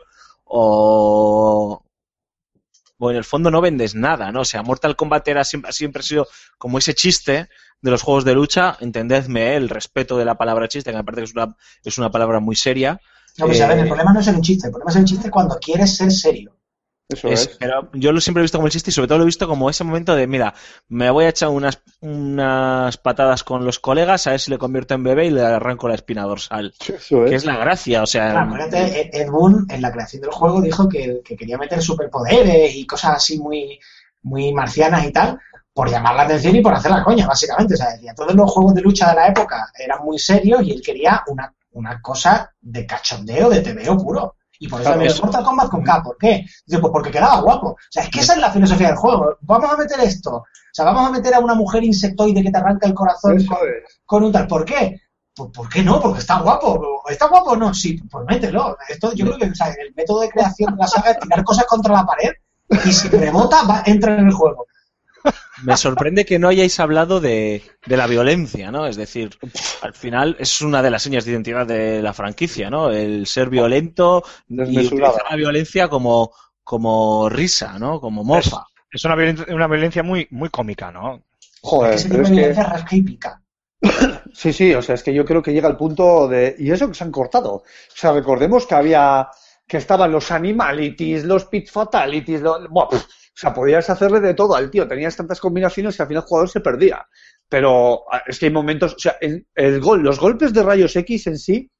o... Bueno, en el fondo no vendes nada, ¿no? O sea, Mortal Kombat era siempre, siempre ha sido como ese chiste de los juegos de lucha, entendedme, ¿eh? El respeto de la palabra chiste, que me parece que es una, es una palabra muy seria. No, pues eh, a ver, el problema no es el chiste, el problema es el chiste cuando quieres ser serio. Eso es, es. Pero yo lo siempre he visto como el chiste y sobre todo lo he visto como ese momento de, mira, me voy a echar unas, unas patadas con los colegas a ver si le convierto en bebé y le arranco la espina dorsal. Eso es. Que es la gracia, o sea... Claro, acuérdate, Ed Boon en la creación del juego dijo que, que quería meter superpoderes y cosas así muy, muy marcianas y tal, por llamar la atención y por hacer la coña, básicamente. O sea, decía, todos los juegos de lucha de la época eran muy serios y él quería una, una cosa de cachondeo, de tebeo puro. Y por eso también es Mortal Kombat con K. ¿Por qué? Dice, pues porque quedaba guapo. O sea, es que esa es la filosofía del juego. Vamos a meter esto. O sea, vamos a meter a una mujer insectoide que te arranca el corazón con, con un tal. ¿Por qué? Pues, ¿por qué no? Porque está guapo. ¿Está guapo o no? Sí, pues mételo. Esto, yo creo que o sea, el método de creación de la saga es tirar cosas contra la pared y si rebota, va, entra en el juego. Me sorprende que no hayáis hablado de, de la violencia, ¿no? Es decir, al final es una de las señas de identidad de la franquicia, ¿no? El ser violento y utilizar la violencia como, como risa, ¿no? Como mofa. Es, es una, violencia, una violencia muy, muy cómica, ¿no? Joder, es que pero es violencia que... rasca y pica. Sí, sí, o sea, es que yo creo que llega al punto de... Y eso que se han cortado. O sea, recordemos que había... que estaban los animalities, los pit fatalities, los... Buah, o sea, podías hacerle de todo al tío. Tenías tantas combinaciones que al final el jugador se perdía. Pero es que hay momentos... O sea, el, el gol, los golpes de rayos X en sí...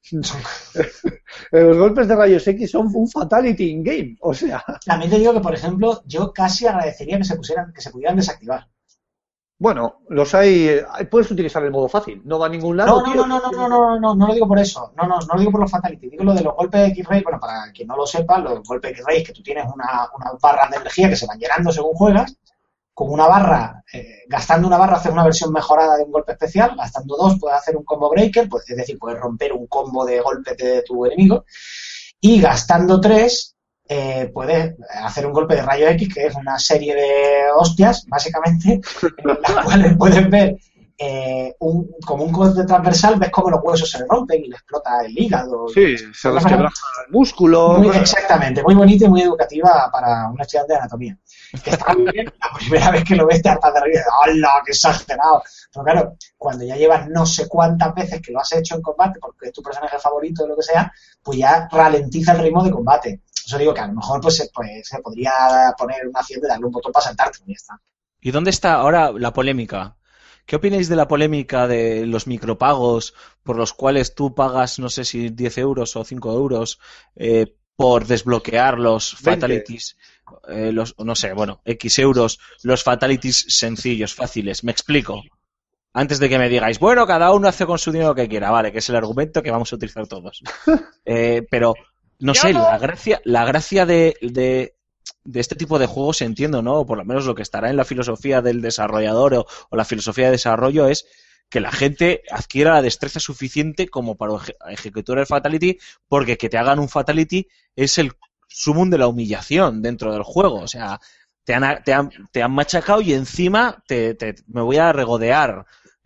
los golpes de rayos X son un fatality in-game. O sea... También te digo que, por ejemplo, yo casi agradecería que se pusieran, que se pudieran desactivar. Bueno, los hay... Puedes utilizar el modo fácil. No va a ningún lado. No, no, no, no, no, no, no, no, no lo digo por eso. No, no, no lo digo por los fatality. Digo lo de los golpes de X-Ray. Bueno, para quien no lo sepa, los golpes de X-Ray es que tú tienes una, una barra de energía que se van llenando según juegas. Con una barra, eh, gastando una barra haces una versión mejorada de un golpe especial. Gastando dos puedes hacer un combo breaker. Pues, es decir, puedes romper un combo de golpes de tu enemigo. Y gastando tres... Eh, puedes hacer un golpe de rayo X, que es una serie de hostias, básicamente, en las cuales puedes ver eh, un, como un corte transversal, ves cómo los huesos se rompen y le explota el hígado. Sí, se resquebraja el músculo. Muy, exactamente, muy bonita y muy educativa para un estudiante de anatomía. Está muy bien, la primera vez que lo ves te hartas de reír, ¡hala, qué exagerado! Pero claro, cuando ya llevas no sé cuántas veces que lo has hecho en combate, porque es tu personaje favorito o lo que sea, pues ya ralentiza el ritmo de combate. Eso digo que a lo mejor pues, pues se podría poner una acción de darle un botón para saltarte y ya está. ¿Y dónde está ahora la polémica? ¿Qué opináis de la polémica de los micropagos por los cuales tú pagas, no sé si diez euros o cinco euros eh, por desbloquear los fatalities, eh, los, no sé, bueno, X euros, los fatalities sencillos, fáciles? Me explico. Antes de que me digáis, bueno, cada uno hace con su dinero lo que quiera, vale, que es el argumento que vamos a utilizar todos. Eh, pero... No sé, la gracia, la gracia de, de, de este tipo de juegos, entiendo, ¿no? O por lo menos lo que estará en la filosofía del desarrollador o, o la filosofía de desarrollo es que la gente adquiera la destreza suficiente como para eje, ejecutar el fatality, porque que te hagan un fatality es el sumum de la humillación dentro del juego. O sea, te han, te han, te han machacado y encima te, te, me voy a regodear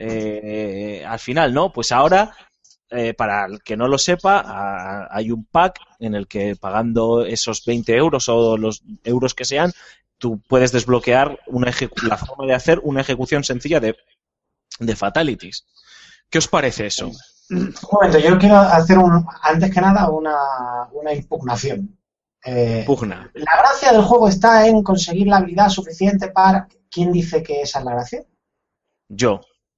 eh, al final, ¿no? Pues ahora... Eh, para el que no lo sepa, a, hay un pack en el que pagando esos veinte euros o los euros que sean, tú puedes desbloquear una la forma de hacer una ejecución sencilla de, de fatalities. ¿Qué os parece eso? Un momento, yo quiero hacer un, antes que nada una, una impugnación. Eh, Pugna. La gracia del juego está en conseguir la habilidad suficiente para... ¿Quién dice que esa es la gracia? Yo.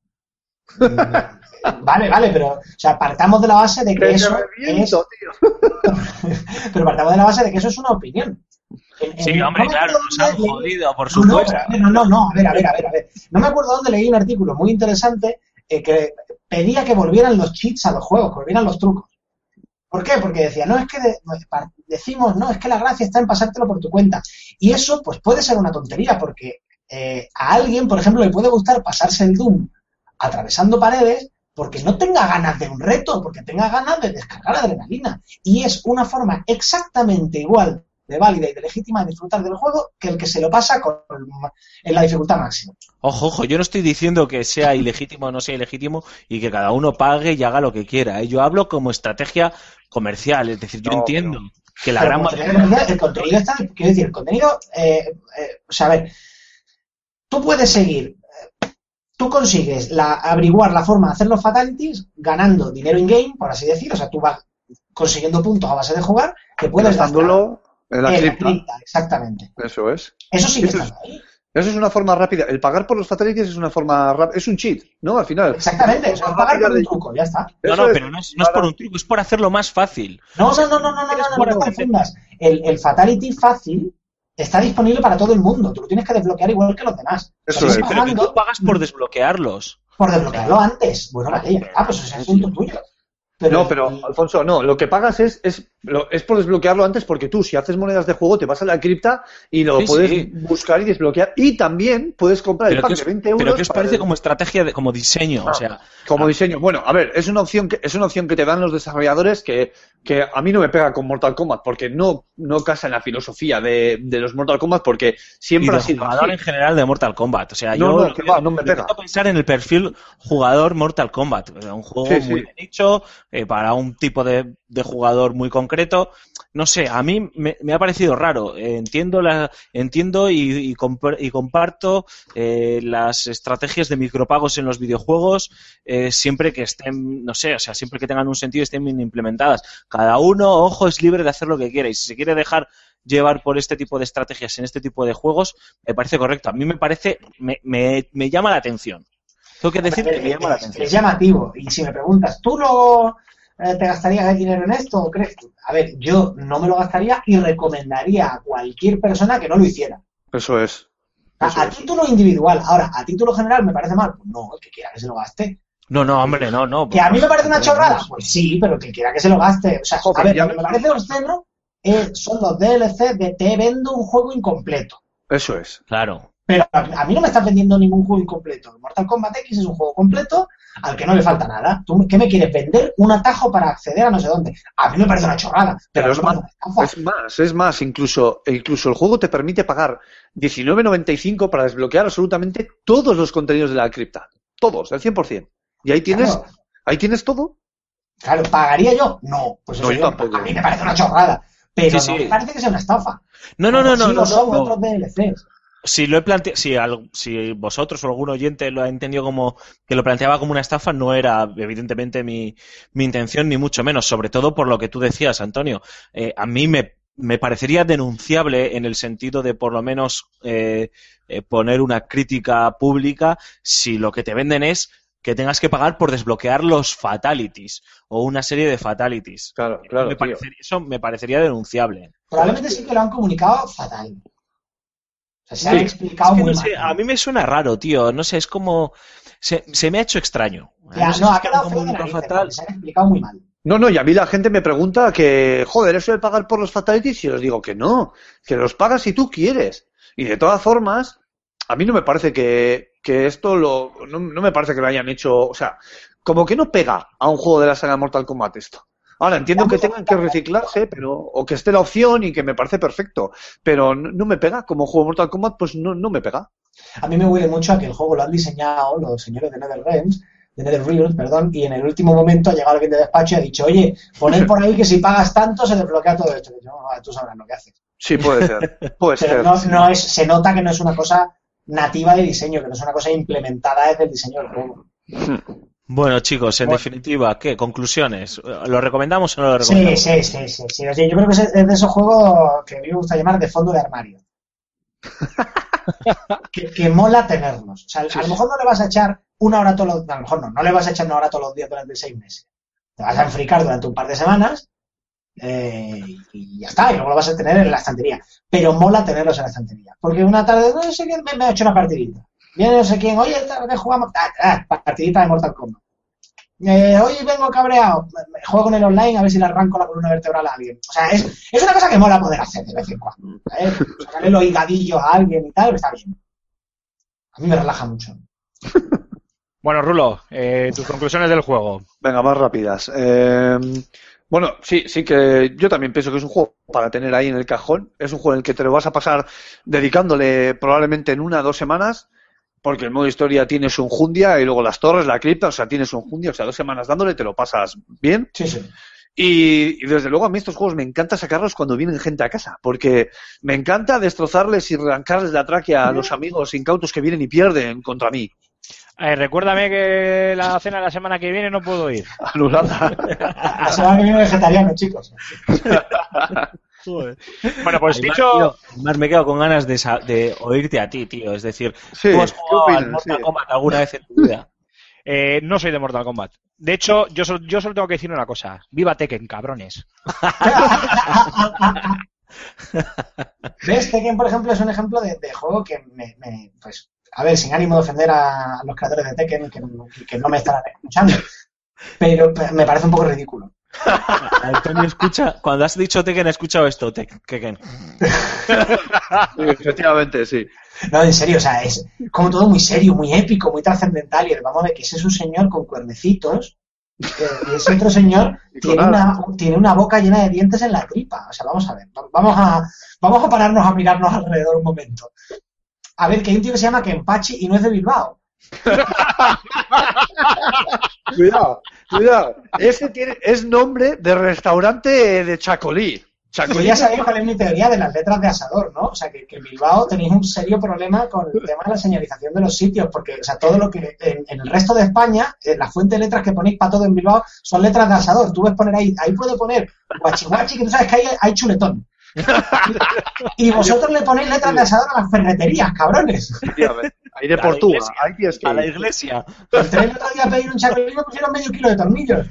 Vale, vale, pero o sea, partamos de la base de que, que eso reviento, es... tío. Pero partamos de la base de que eso es una opinión. En, sí, en, hombre, no claro, nos han leí... jodido, por supuesto. No, no, no, a ver, a ver, a ver, a ver. No me acuerdo dónde leí un artículo muy interesante eh, que pedía que volvieran los cheats a los juegos, que volvieran los trucos. ¿Por qué? Porque decía, no, es que de, decimos, no, es que la gracia está en pasártelo por tu cuenta. Y eso, pues, puede ser una tontería, porque eh, a alguien, por ejemplo, le puede gustar pasarse el Doom atravesando paredes porque no tenga ganas de un reto, porque tenga ganas de descargar adrenalina. Y es una forma exactamente igual de válida y de legítima de disfrutar del juego que el que se lo pasa con, en la dificultad máxima. Ojo, ojo, yo no estoy diciendo que sea ilegítimo o no sea ilegítimo y que cada uno pague y haga lo que quiera, ¿eh? Yo hablo como estrategia comercial, es decir, yo no, entiendo no. que la Pero gran mayoría... El contenido está... Quiero decir, el contenido... Eh, eh, o sea, a ver, tú puedes seguir... Tú consigues la, averiguar la forma de hacer los fatalities ganando dinero in-game, por así decirlo. O sea, tú vas consiguiendo puntos a base de jugar que puedes gastarlo en la cripta. cripta. Exactamente. Eso es. Eso sí que eso está es, ahí. Eso es una forma rápida. El pagar por los fatalities es una forma rápida. Es un cheat, ¿no? Al final. Exactamente. Eso es pagar por un truco, ya está. No, no, pero no es, no es por un truco, es por hacerlo más fácil. No, no, no, no, no, no, no, no, no te confundas. El, el fatality fácil está disponible para todo el mundo. Tú lo tienes que desbloquear igual que los demás. Eso es. Pero que tú pagas por desbloquearlos. Por desbloquearlo antes. Bueno, vale, ah, pues ese es asunto tuyo. Pero, no, pero, Alfonso, no, lo que pagas es, es, lo, es por desbloquearlo antes, porque tú, si haces monedas de juego, te vas a la cripta y lo sí, puedes sí. buscar y desbloquear. Y también puedes comprar pero el pack os, de veinte euros. Pero ¿qué os parece el... como estrategia, de, como diseño? Ah, o sea, como ah, diseño. Bueno, a ver, es una opción que es una opción que te dan los desarrolladores que, que a mí no me pega con Mortal Kombat, porque no, no casa en la filosofía de, de los Mortal Kombat, porque siempre y ha sido jugador así. en general de Mortal Kombat. O sea, no, yo no, que va, no me pega. Tengo que pensar en el perfil jugador Mortal Kombat. O sea, un juego sí, muy sí. de nicho, eh, para un tipo de, de jugador muy concreto. No sé, a mí me, me ha parecido raro. Eh, entiendo la, entiendo y, y, comp- y comparto eh, las estrategias de micropagos en los videojuegos, eh, siempre que estén, no sé, o sea, siempre que tengan un sentido y estén bien implementadas. Cada uno, ojo, es libre de hacer lo que quiera, y si se quiere dejar llevar por este tipo de estrategias en este tipo de juegos, me parece correcto. A mí me parece, me, me, me llama la atención. Tengo que decir que me llama la atención. Es llamativo, y si me preguntas, ¿tú lo eh, te gastarías dinero en esto o crees? A ver, yo no me lo gastaría y recomendaría a cualquier persona que no lo hiciera. Eso es. Eso a, a título individual. Ahora, a título general me parece mal. Pues no, el que quiera que se lo gaste. No, no, hombre, no, no. ¿Que a mí me parece una chorrada? Pues sí, pero que quiera que se lo gaste. O sea, a ver, lo que me parece obsceno eh, son los D L C de te vendo un juego incompleto. Eso es. Claro. Pero a, a mí no me estás vendiendo ningún juego incompleto. Mortal Kombat X es un juego completo al que no le falta nada. ¿Tú qué me quieres vender? Un atajo para acceder a no sé dónde. A mí me parece una chorrada. Pero, pero es, más, es más, es más, incluso, incluso el juego te permite pagar diecinueve noventa y cinco para desbloquear absolutamente todos los contenidos de la cripta. Todos, el cien por ciento. Y ahí tienes, claro. ahí tienes todo. Claro, ¿pagaría yo? No, pues eso no, yo, yo tampoco. A mí me parece una chorrada. Pero sí, no sí. me parece que sea una estafa. No, no, no, no. Si no, lo son no, otros D L Cs. Si lo he planteado, si, al, si vosotros o algún oyente lo ha entendido como que lo planteaba como una estafa, no era evidentemente mi, mi intención, ni mucho menos, sobre todo por lo que tú decías, Antonio. Eh, a mí me, me parecería denunciable en el sentido de por lo menos eh, eh, poner una crítica pública si lo que te venden es que tengas que pagar por desbloquear los fatalities o una serie de fatalities. Claro, claro. Me parecería, eso me parecería denunciable. Probablemente sí que lo han comunicado fatal. O sea, se han sí, explicado es que muy no mal. sé, a mí me suena raro, tío. No sé, es como... Se, se me ha hecho extraño. Ya, no, no ha quedado feo de narices, fatal. Se han explicado muy mal. No, no, y a mí la gente me pregunta que, joder, eso de pagar por los fatalities, y les digo que no, que los pagas si tú quieres. Y de todas formas, a mí no me parece que, que esto lo... No, no me parece que lo hayan hecho... O sea, como que no pega a un juego de la saga Mortal Kombat esto. Ahora, entiendo que tengan que reciclarse, pero o que esté la opción y que me parece perfecto, pero no, no me pega. Como juego Mortal Kombat, pues no, no me pega. A mí me huele mucho a que el juego lo han diseñado los señores de NetherRealms, de NetherRealms, perdón, y en el último momento ha llegado alguien de despacho y ha dicho, oye, poned por ahí que si pagas tanto se desbloquea todo esto. Y yo, no, tú sabrás lo que haces. Sí, puede ser. Puede pero ser. No, no es, se nota que no es una cosa nativa de diseño, que no es una cosa implementada desde el diseño del juego. Bueno, chicos, en bueno. definitiva, ¿qué? ¿Conclusiones? ¿Lo recomendamos o no lo Sí, recomendamos? sí, sí, sí, sí. Yo creo que es de esos juegos que a mí me gusta llamar de fondo de armario. que, que mola tenerlos. O sea, sí, a lo mejor no le vas a echar una hora todos los... A lo mejor no, no le vas a echar una hora todos los días durante seis meses. Te vas a enfricar durante un par de semanas eh, y ya está, y luego lo vas a tener en la estantería. Pero mola tenerlos en la estantería. Porque una tarde, no sé quién, me, me ha hecho una partidita. Viene no sé quién, oye, ¿qué jugamos? Ah, ah, partidita de Mortal Kombat. Eh, hoy vengo cabreado, juego con el online a ver si le arranco la columna vertebral a alguien. O sea, es, es una cosa que mola poder hacer de vez en cuando. ¿eh? Sacarle los higadillos a alguien y tal, está bien. A mí me relaja mucho. Bueno, Rulo, eh, tus conclusiones del juego. Venga, más rápidas. Eh, bueno, sí, sí que yo también pienso que es un juego para tener ahí en el cajón. Es un juego en el que te lo vas a pasar dedicándole probablemente en una o dos semanas. Porque el modo historia tiene su enjundia y luego las torres, la cripta, o sea, tiene su enjundia, o sea, dos semanas dándole te lo pasas bien. Sí, sí. Y, y desde luego a mí estos juegos me encanta sacarlos cuando vienen gente a casa, porque me encanta destrozarles y arrancarles la tráquea a los amigos incautos que vienen y pierden contra mí. Eh, recuérdame que la cena de la semana que viene no puedo ir. Anulada. La semana que viene vegetariano, chicos. Bueno, pues además, dicho... Tío, además me quedo con ganas de, de oírte a ti, tío. Es decir, sí, ¿tú has jugado opinas, al Mortal sí. Kombat alguna vez en tu vida? Eh, no soy de Mortal Kombat. De hecho, yo, so, yo solo tengo que decir una cosa. ¡Viva Tekken, cabrones! ¿Ves? Tekken, por ejemplo, es un ejemplo de, de juego que me, me... Pues, a ver, sin ánimo de ofender a los creadores de Tekken, que, que no me estarán escuchando, pero me parece un poco ridículo. Antonio, escucha, cuando has dicho Tekken, he escuchado esto, Tekken. Sí, efectivamente, sí. No, en serio, o sea, es como todo muy serio, muy épico, muy trascendental, y vamos a ver que ese es un señor con cuernecitos eh, y ese otro señor tiene una, tiene una boca llena de dientes en la tripa. O sea, vamos a ver, vamos a, vamos a pararnos a mirarnos alrededor un momento. A ver, que hay un tío que se llama Kenpachi y no es de Bilbao. Cuidado, cuidado. Ese tiene, es nombre de restaurante de Chacolí. Chacolí. Ya sabéis cuál es mi teoría de las letras de asador, ¿no? O sea, que, que en Bilbao tenéis un serio problema con el tema de la señalización de los sitios, porque, o sea, todo lo que en, en el resto de España, eh, la fuente de letras que ponéis para todo en Bilbao son letras de asador. Tú ves poner ahí, ahí puede poner guachi guachi, que tú sabes que hay, hay chuletón. Y vosotros le ponéis letras de asador a las ferreterías, cabrones. Hay de Portugal, hay pies que a la iglesia. Pues el otro día a pedir un chacolí y me pusieron medio kilo de tornillos.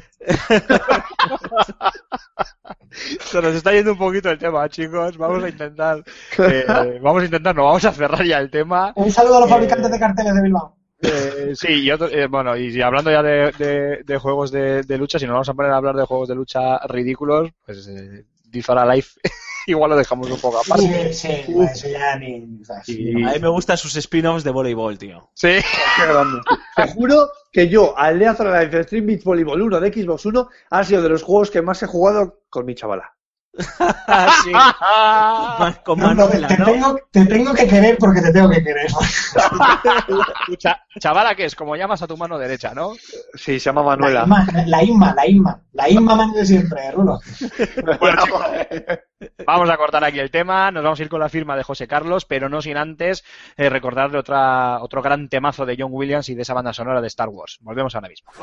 Se nos está yendo un poquito el tema, chicos. Vamos a intentar, eh, vamos a intentar, no, vamos a cerrar ya el tema. Un saludo a los eh, fabricantes de carteles de Bilbao. Eh, sí, y otro, eh, bueno, y hablando ya de, de, de juegos de, de lucha, si nos vamos a poner a hablar de juegos de lucha ridículos, pues eh, Death or Alive igual lo dejamos un poco aparte. Sí, sí, uh, eso ya ni... Y a mí me gustan sus spin-offs de voleibol, tío. Sí. Qué grande. Te juro que yo, al Death or Alive Extreme Beach Volleyball uno de Xbox One, ha sido de los juegos que más he jugado con mi chavala. Sí. Con no, Manuela, te, ¿no? tengo, te tengo que querer porque te tengo que querer. Ch chavala, ¿qué es? Como llamas a tu mano derecha, ¿no? Sí, se llama Manuela. La Inma, la Inma, la Inma mano de siempre, Rulo. Bueno, chicos, vamos a cortar aquí el tema, nos vamos a ir con la firma de José Carlos, pero no sin antes eh, recordarle otra, otro gran temazo de John Williams y de esa banda sonora de Star Wars. Volvemos ahora mismo.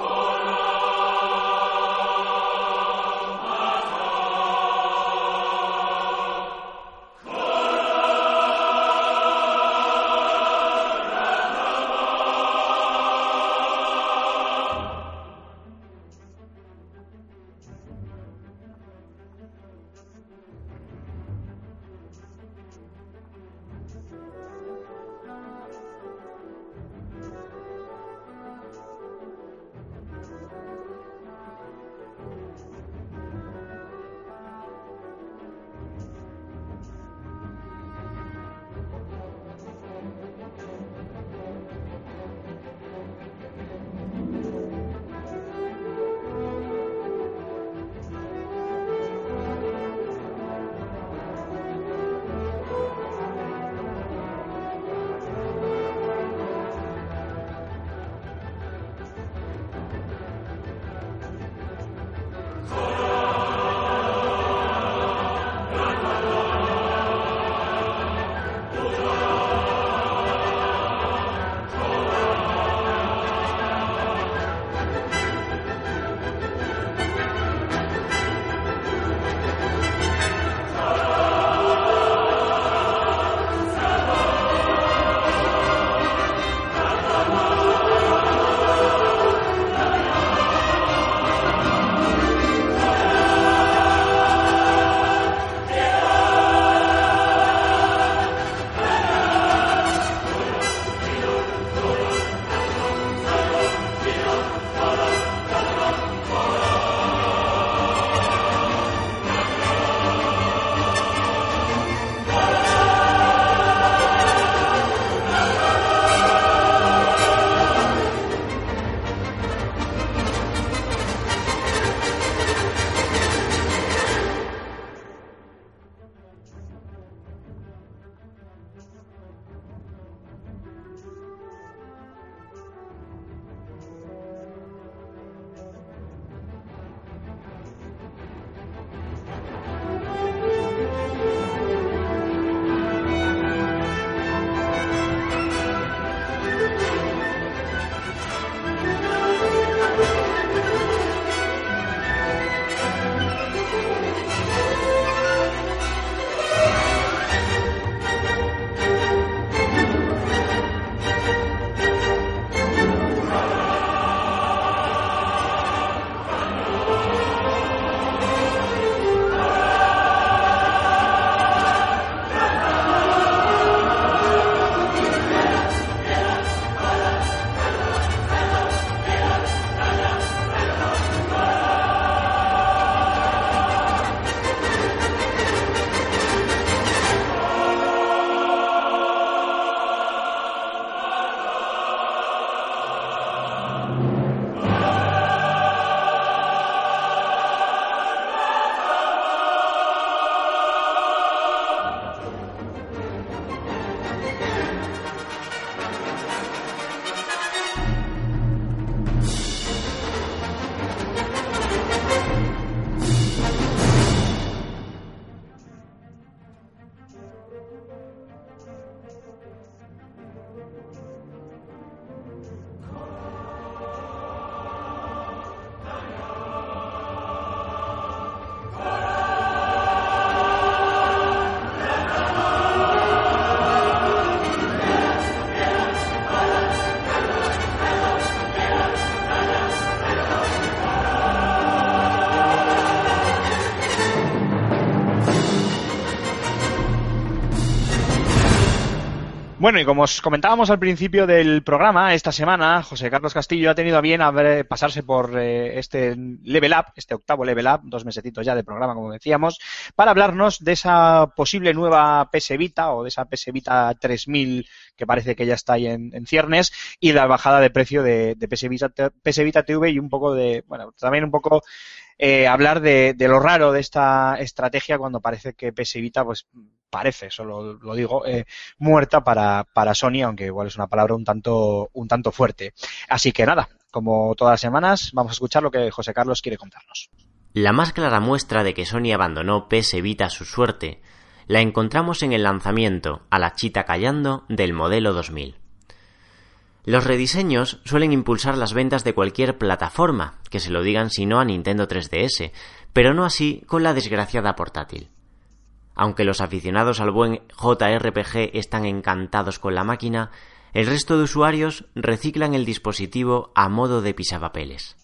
Bueno, y como os comentábamos al principio del programa, esta semana José Carlos Castillo ha tenido a bien a ver, pasarse por eh, este Level Up, este octavo Level Up, dos mesecitos ya de programa, como decíamos, para hablarnos de esa posible nueva P S Vita o de esa P S Vita tres mil que parece que ya está ahí en, en ciernes, y la bajada de precio de, de P S Vita, P S Vita T V, y un poco de, bueno, también un poco eh, hablar de, de lo raro de esta estrategia cuando parece que P S Vita, pues parece, solo lo digo, eh, muerta para, para Sony, aunque igual es una palabra un tanto, un tanto fuerte. Así que nada, como todas las semanas, vamos a escuchar lo que José Carlos quiere contarnos. La más clara muestra de que Sony abandonó P S Vita a su suerte la encontramos en el lanzamiento, a la chita callando, del modelo dos mil. Los rediseños suelen impulsar las ventas de cualquier plataforma, que se lo digan si no a Nintendo tres D S, pero no así con la desgraciada portátil. Aunque los aficionados al buen J R P G están encantados con la máquina, el resto de usuarios reciclan el dispositivo a modo de pisapapeles.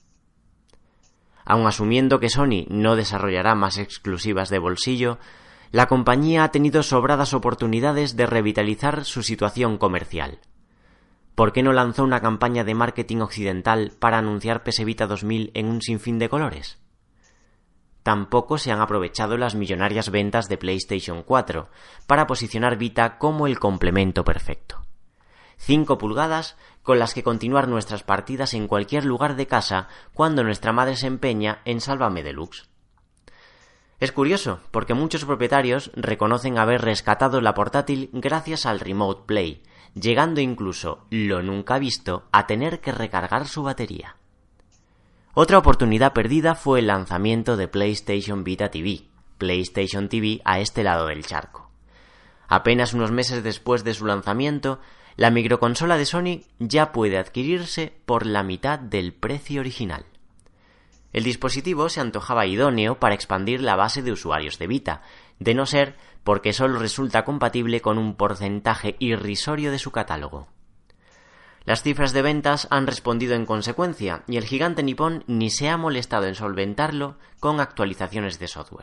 Aun asumiendo que Sony no desarrollará más exclusivas de bolsillo, la compañía ha tenido sobradas oportunidades de revitalizar su situación comercial. ¿Por qué no lanzó una campaña de marketing occidental para anunciar P S Vita dos mil en un sinfín de colores? Tampoco se han aprovechado las millonarias ventas de PlayStation cuatro para posicionar Vita como el complemento perfecto. cinco pulgadas con las que continuar nuestras partidas en cualquier lugar de casa cuando nuestra madre se empeña en Sálvame Deluxe. Es curioso, porque muchos propietarios reconocen haber rescatado la portátil gracias al Remote Play, llegando incluso, lo nunca visto, a tener que recargar su batería. Otra oportunidad perdida fue el lanzamiento de PlayStation Vita T V, PlayStation T V a este lado del charco. Apenas unos meses después de su lanzamiento, la microconsola de Sony ya puede adquirirse por la mitad del precio original. El dispositivo se antojaba idóneo para expandir la base de usuarios de Vita, de no ser porque solo resulta compatible con un porcentaje irrisorio de su catálogo. Las cifras de ventas han respondido en consecuencia y el gigante nipón ni se ha molestado en solventarlo con actualizaciones de software.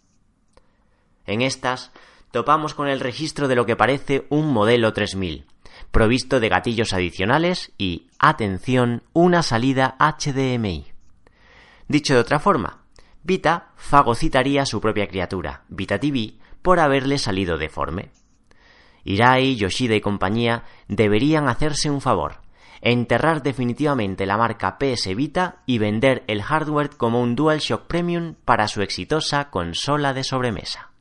En estas, topamos con el registro de lo que parece un modelo tres mil, provisto de gatillos adicionales y, atención, una salida H D M I. Dicho de otra forma, Vita fagocitaría a su propia criatura, Vita T V, por haberle salido deforme. Hirai, Yoshida y compañía deberían hacerse un favor, enterrar definitivamente la marca P S Vita y vender el hardware como un DualShock Premium para su exitosa consola de sobremesa.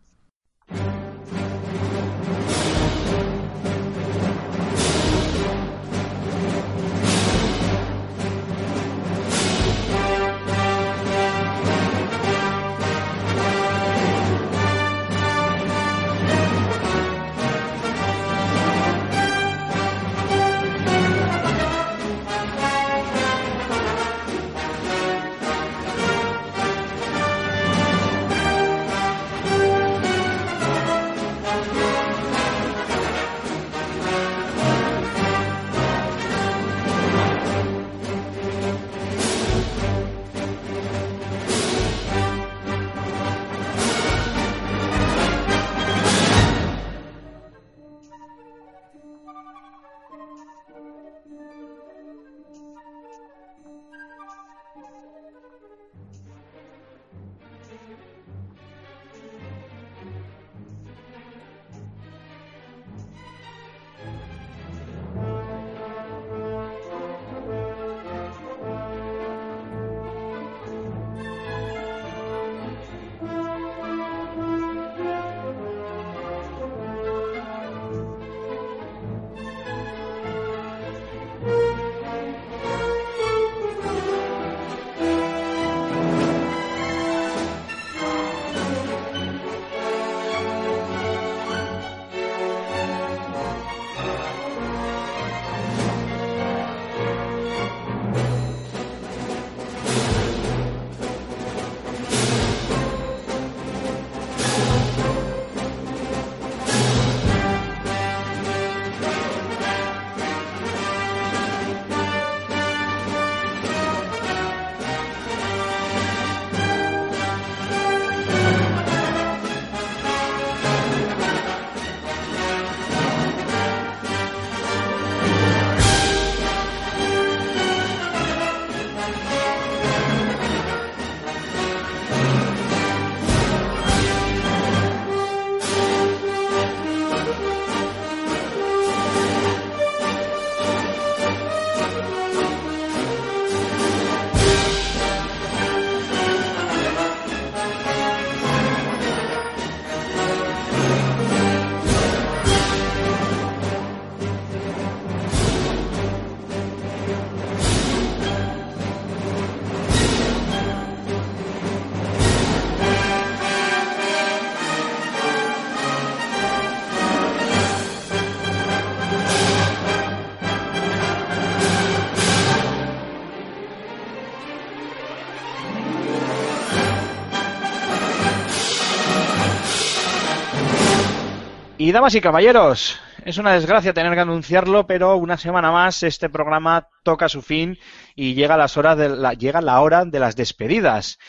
Y damas y caballeros, es una desgracia tener que anunciarlo, pero una semana más este programa toca su fin y llega las horas de la, llega la hora de las despedidas.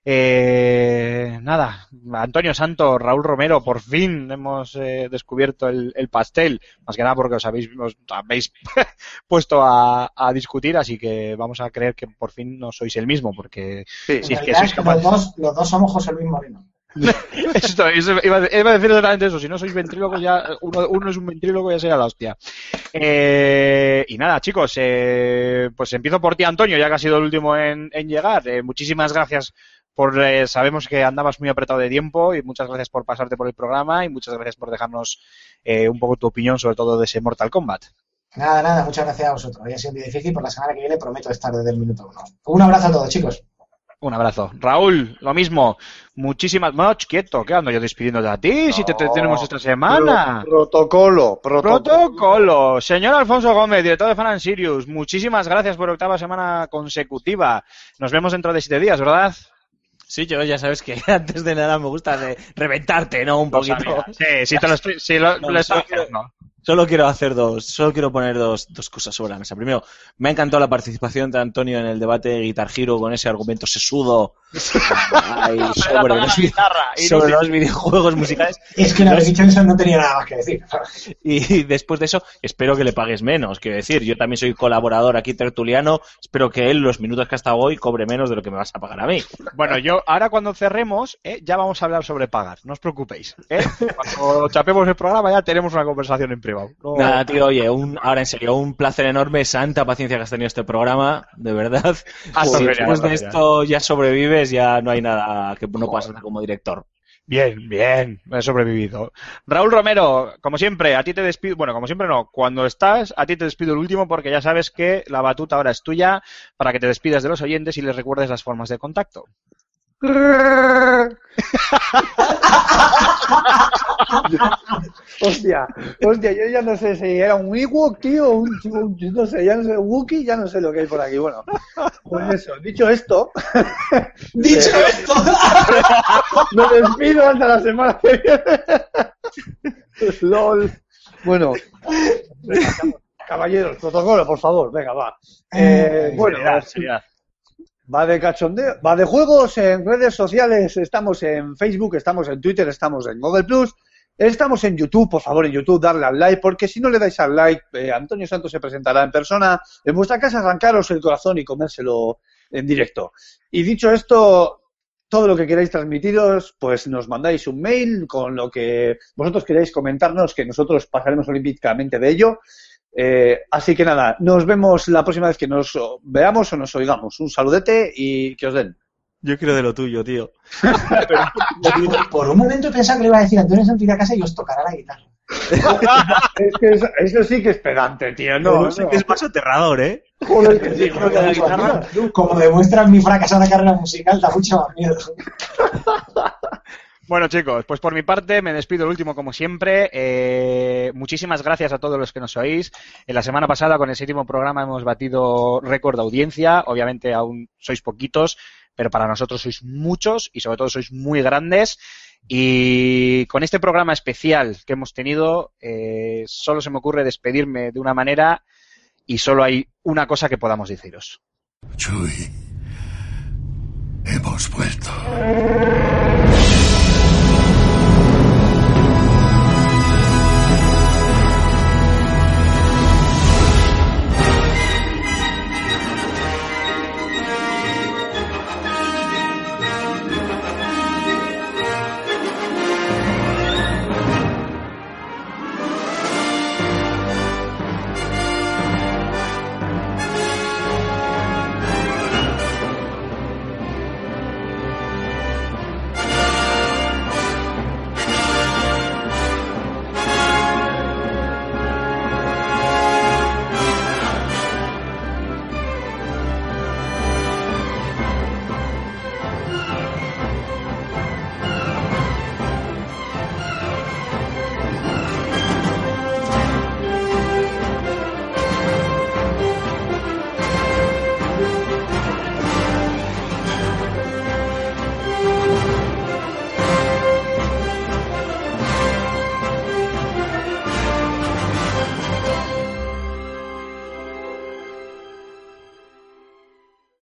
Eh, nada, Antonio Santo, Raúl Romero, por fin hemos eh, descubierto el, el pastel, más que nada porque os habéis, os habéis puesto a, a discutir, así que vamos a creer que por fin no sois el mismo, porque sí, si es que sois capaz... los, dos, los dos somos José Luis Moreno. Esto, eso, iba, a, iba a decir exactamente eso. Si no sois ventrílocos, ya uno, uno es un ventríloco, ya será la hostia. Eh, y nada, chicos, eh, pues empiezo por ti, Antonio, ya que has sido el último en, en llegar. Eh, muchísimas gracias por. Eh, sabemos que andabas muy apretado de tiempo y muchas gracias por pasarte por el programa y muchas gracias por dejarnos eh, un poco tu opinión sobre todo de ese Mortal Kombat. Nada, nada, muchas gracias a vosotros. Había sido muy difícil, por la semana que viene prometo estar desde el minuto uno. Un abrazo a todos, chicos. Un abrazo. Raúl, lo mismo. Muchísimas... No, quieto, ¿qué ando yo despidiéndote a ti? No, si te, te tenemos esta semana. Pro, protocolo, protocolo. Protocolo. Señor Alfonso Gómez, director de Fan and Sirius, muchísimas gracias por octava semana consecutiva. Nos vemos dentro de siete días, ¿verdad? Sí, yo ya sabes que antes de nada me gusta de reventarte, ¿no? Un poquito. Sí, sí, te lo estoy... Sí, lo, no, lo estoy haciendo. Solo quiero hacer dos, solo quiero poner dos, dos cosas sobre la mesa. Primero, me ha encantado la participación de Antonio en el debate de Guitar Hero con ese argumento sesudo ay, sobre, los, guitarra, sobre los videojuegos musicales. Es que una vez dicho eso no tenía nada más que decir. Y después de eso, espero que le pagues menos. Quiero decir, yo también soy colaborador aquí tertuliano. Espero que él, los minutos que ha estado hoy, cobre menos de lo que me vas a pagar a mí. Bueno, yo ahora cuando cerremos, eh, ya vamos a hablar sobre pagar. No os preocupéis. ¿eh? Cuando chapemos el programa ya tenemos una conversación en privado. No. Nada, tío, oye, un, ahora en serio, un placer enorme, santa paciencia que has tenido este programa, de verdad. Ah, si genial, después de genial. esto ya sobrevives, ya no hay nada que no puedas hacer como director. Bien, bien, he sobrevivido. Raúl Romero, como siempre, a ti te despido, bueno, como siempre no, cuando estás, a ti te despido el último porque ya sabes que la batuta ahora es tuya para que te despidas de los oyentes y les recuerdes las formas de contacto. Hostia, hostia, yo ya no sé si era un Ewok, tío, un, un, no sé, ya no sé, un Wookiee, ya no sé lo que hay por aquí. Bueno, pues eso, dicho esto, dicho eh, esto, me despido hasta la semana que viene. LOL. Bueno, venga, caballeros, protocolo, por favor, venga, va. Eh, bueno, seriedad, seriedad. Va de cachondeo, va de juegos en redes sociales, estamos en Facebook, estamos en Twitter, estamos en Google Plus, estamos en YouTube, por favor en YouTube darle al like, porque si no le dais al like, eh, Antonio Santos se presentará en persona en vuestra casa, arrancaros el corazón y comérselo en directo. Y dicho esto, todo lo que queráis transmitiros, pues nos mandáis un mail con lo que vosotros queráis comentarnos, que nosotros pasaremos olímpicamente de ello. Eh, así que nada, nos vemos la próxima vez que nos veamos o nos oigamos. Un saludete y que os den. Yo quiero de lo tuyo, tío. Pero, por, por un momento pensaba que le iba a decir a Antonio Santos ir a casa y os tocará la guitarra. Es que eso, eso sí que es pedante, tío. No, no. Sí que es más aterrador, ¿eh? Joder, que sí, que la guitarra, como demuestran mi fracasada carrera musical, da mucho más miedo. Bueno, chicos, pues por mi parte me despido el último como siempre. Eh, muchísimas gracias a todos los que nos oís. En la semana pasada con el séptimo programa hemos batido récord de audiencia. Obviamente aún sois poquitos, pero para nosotros sois muchos y sobre todo sois muy grandes. Y con este programa especial que hemos tenido, eh, solo se me ocurre despedirme de una manera y solo hay una cosa que podamos deciros. Chuy, hemos vuelto.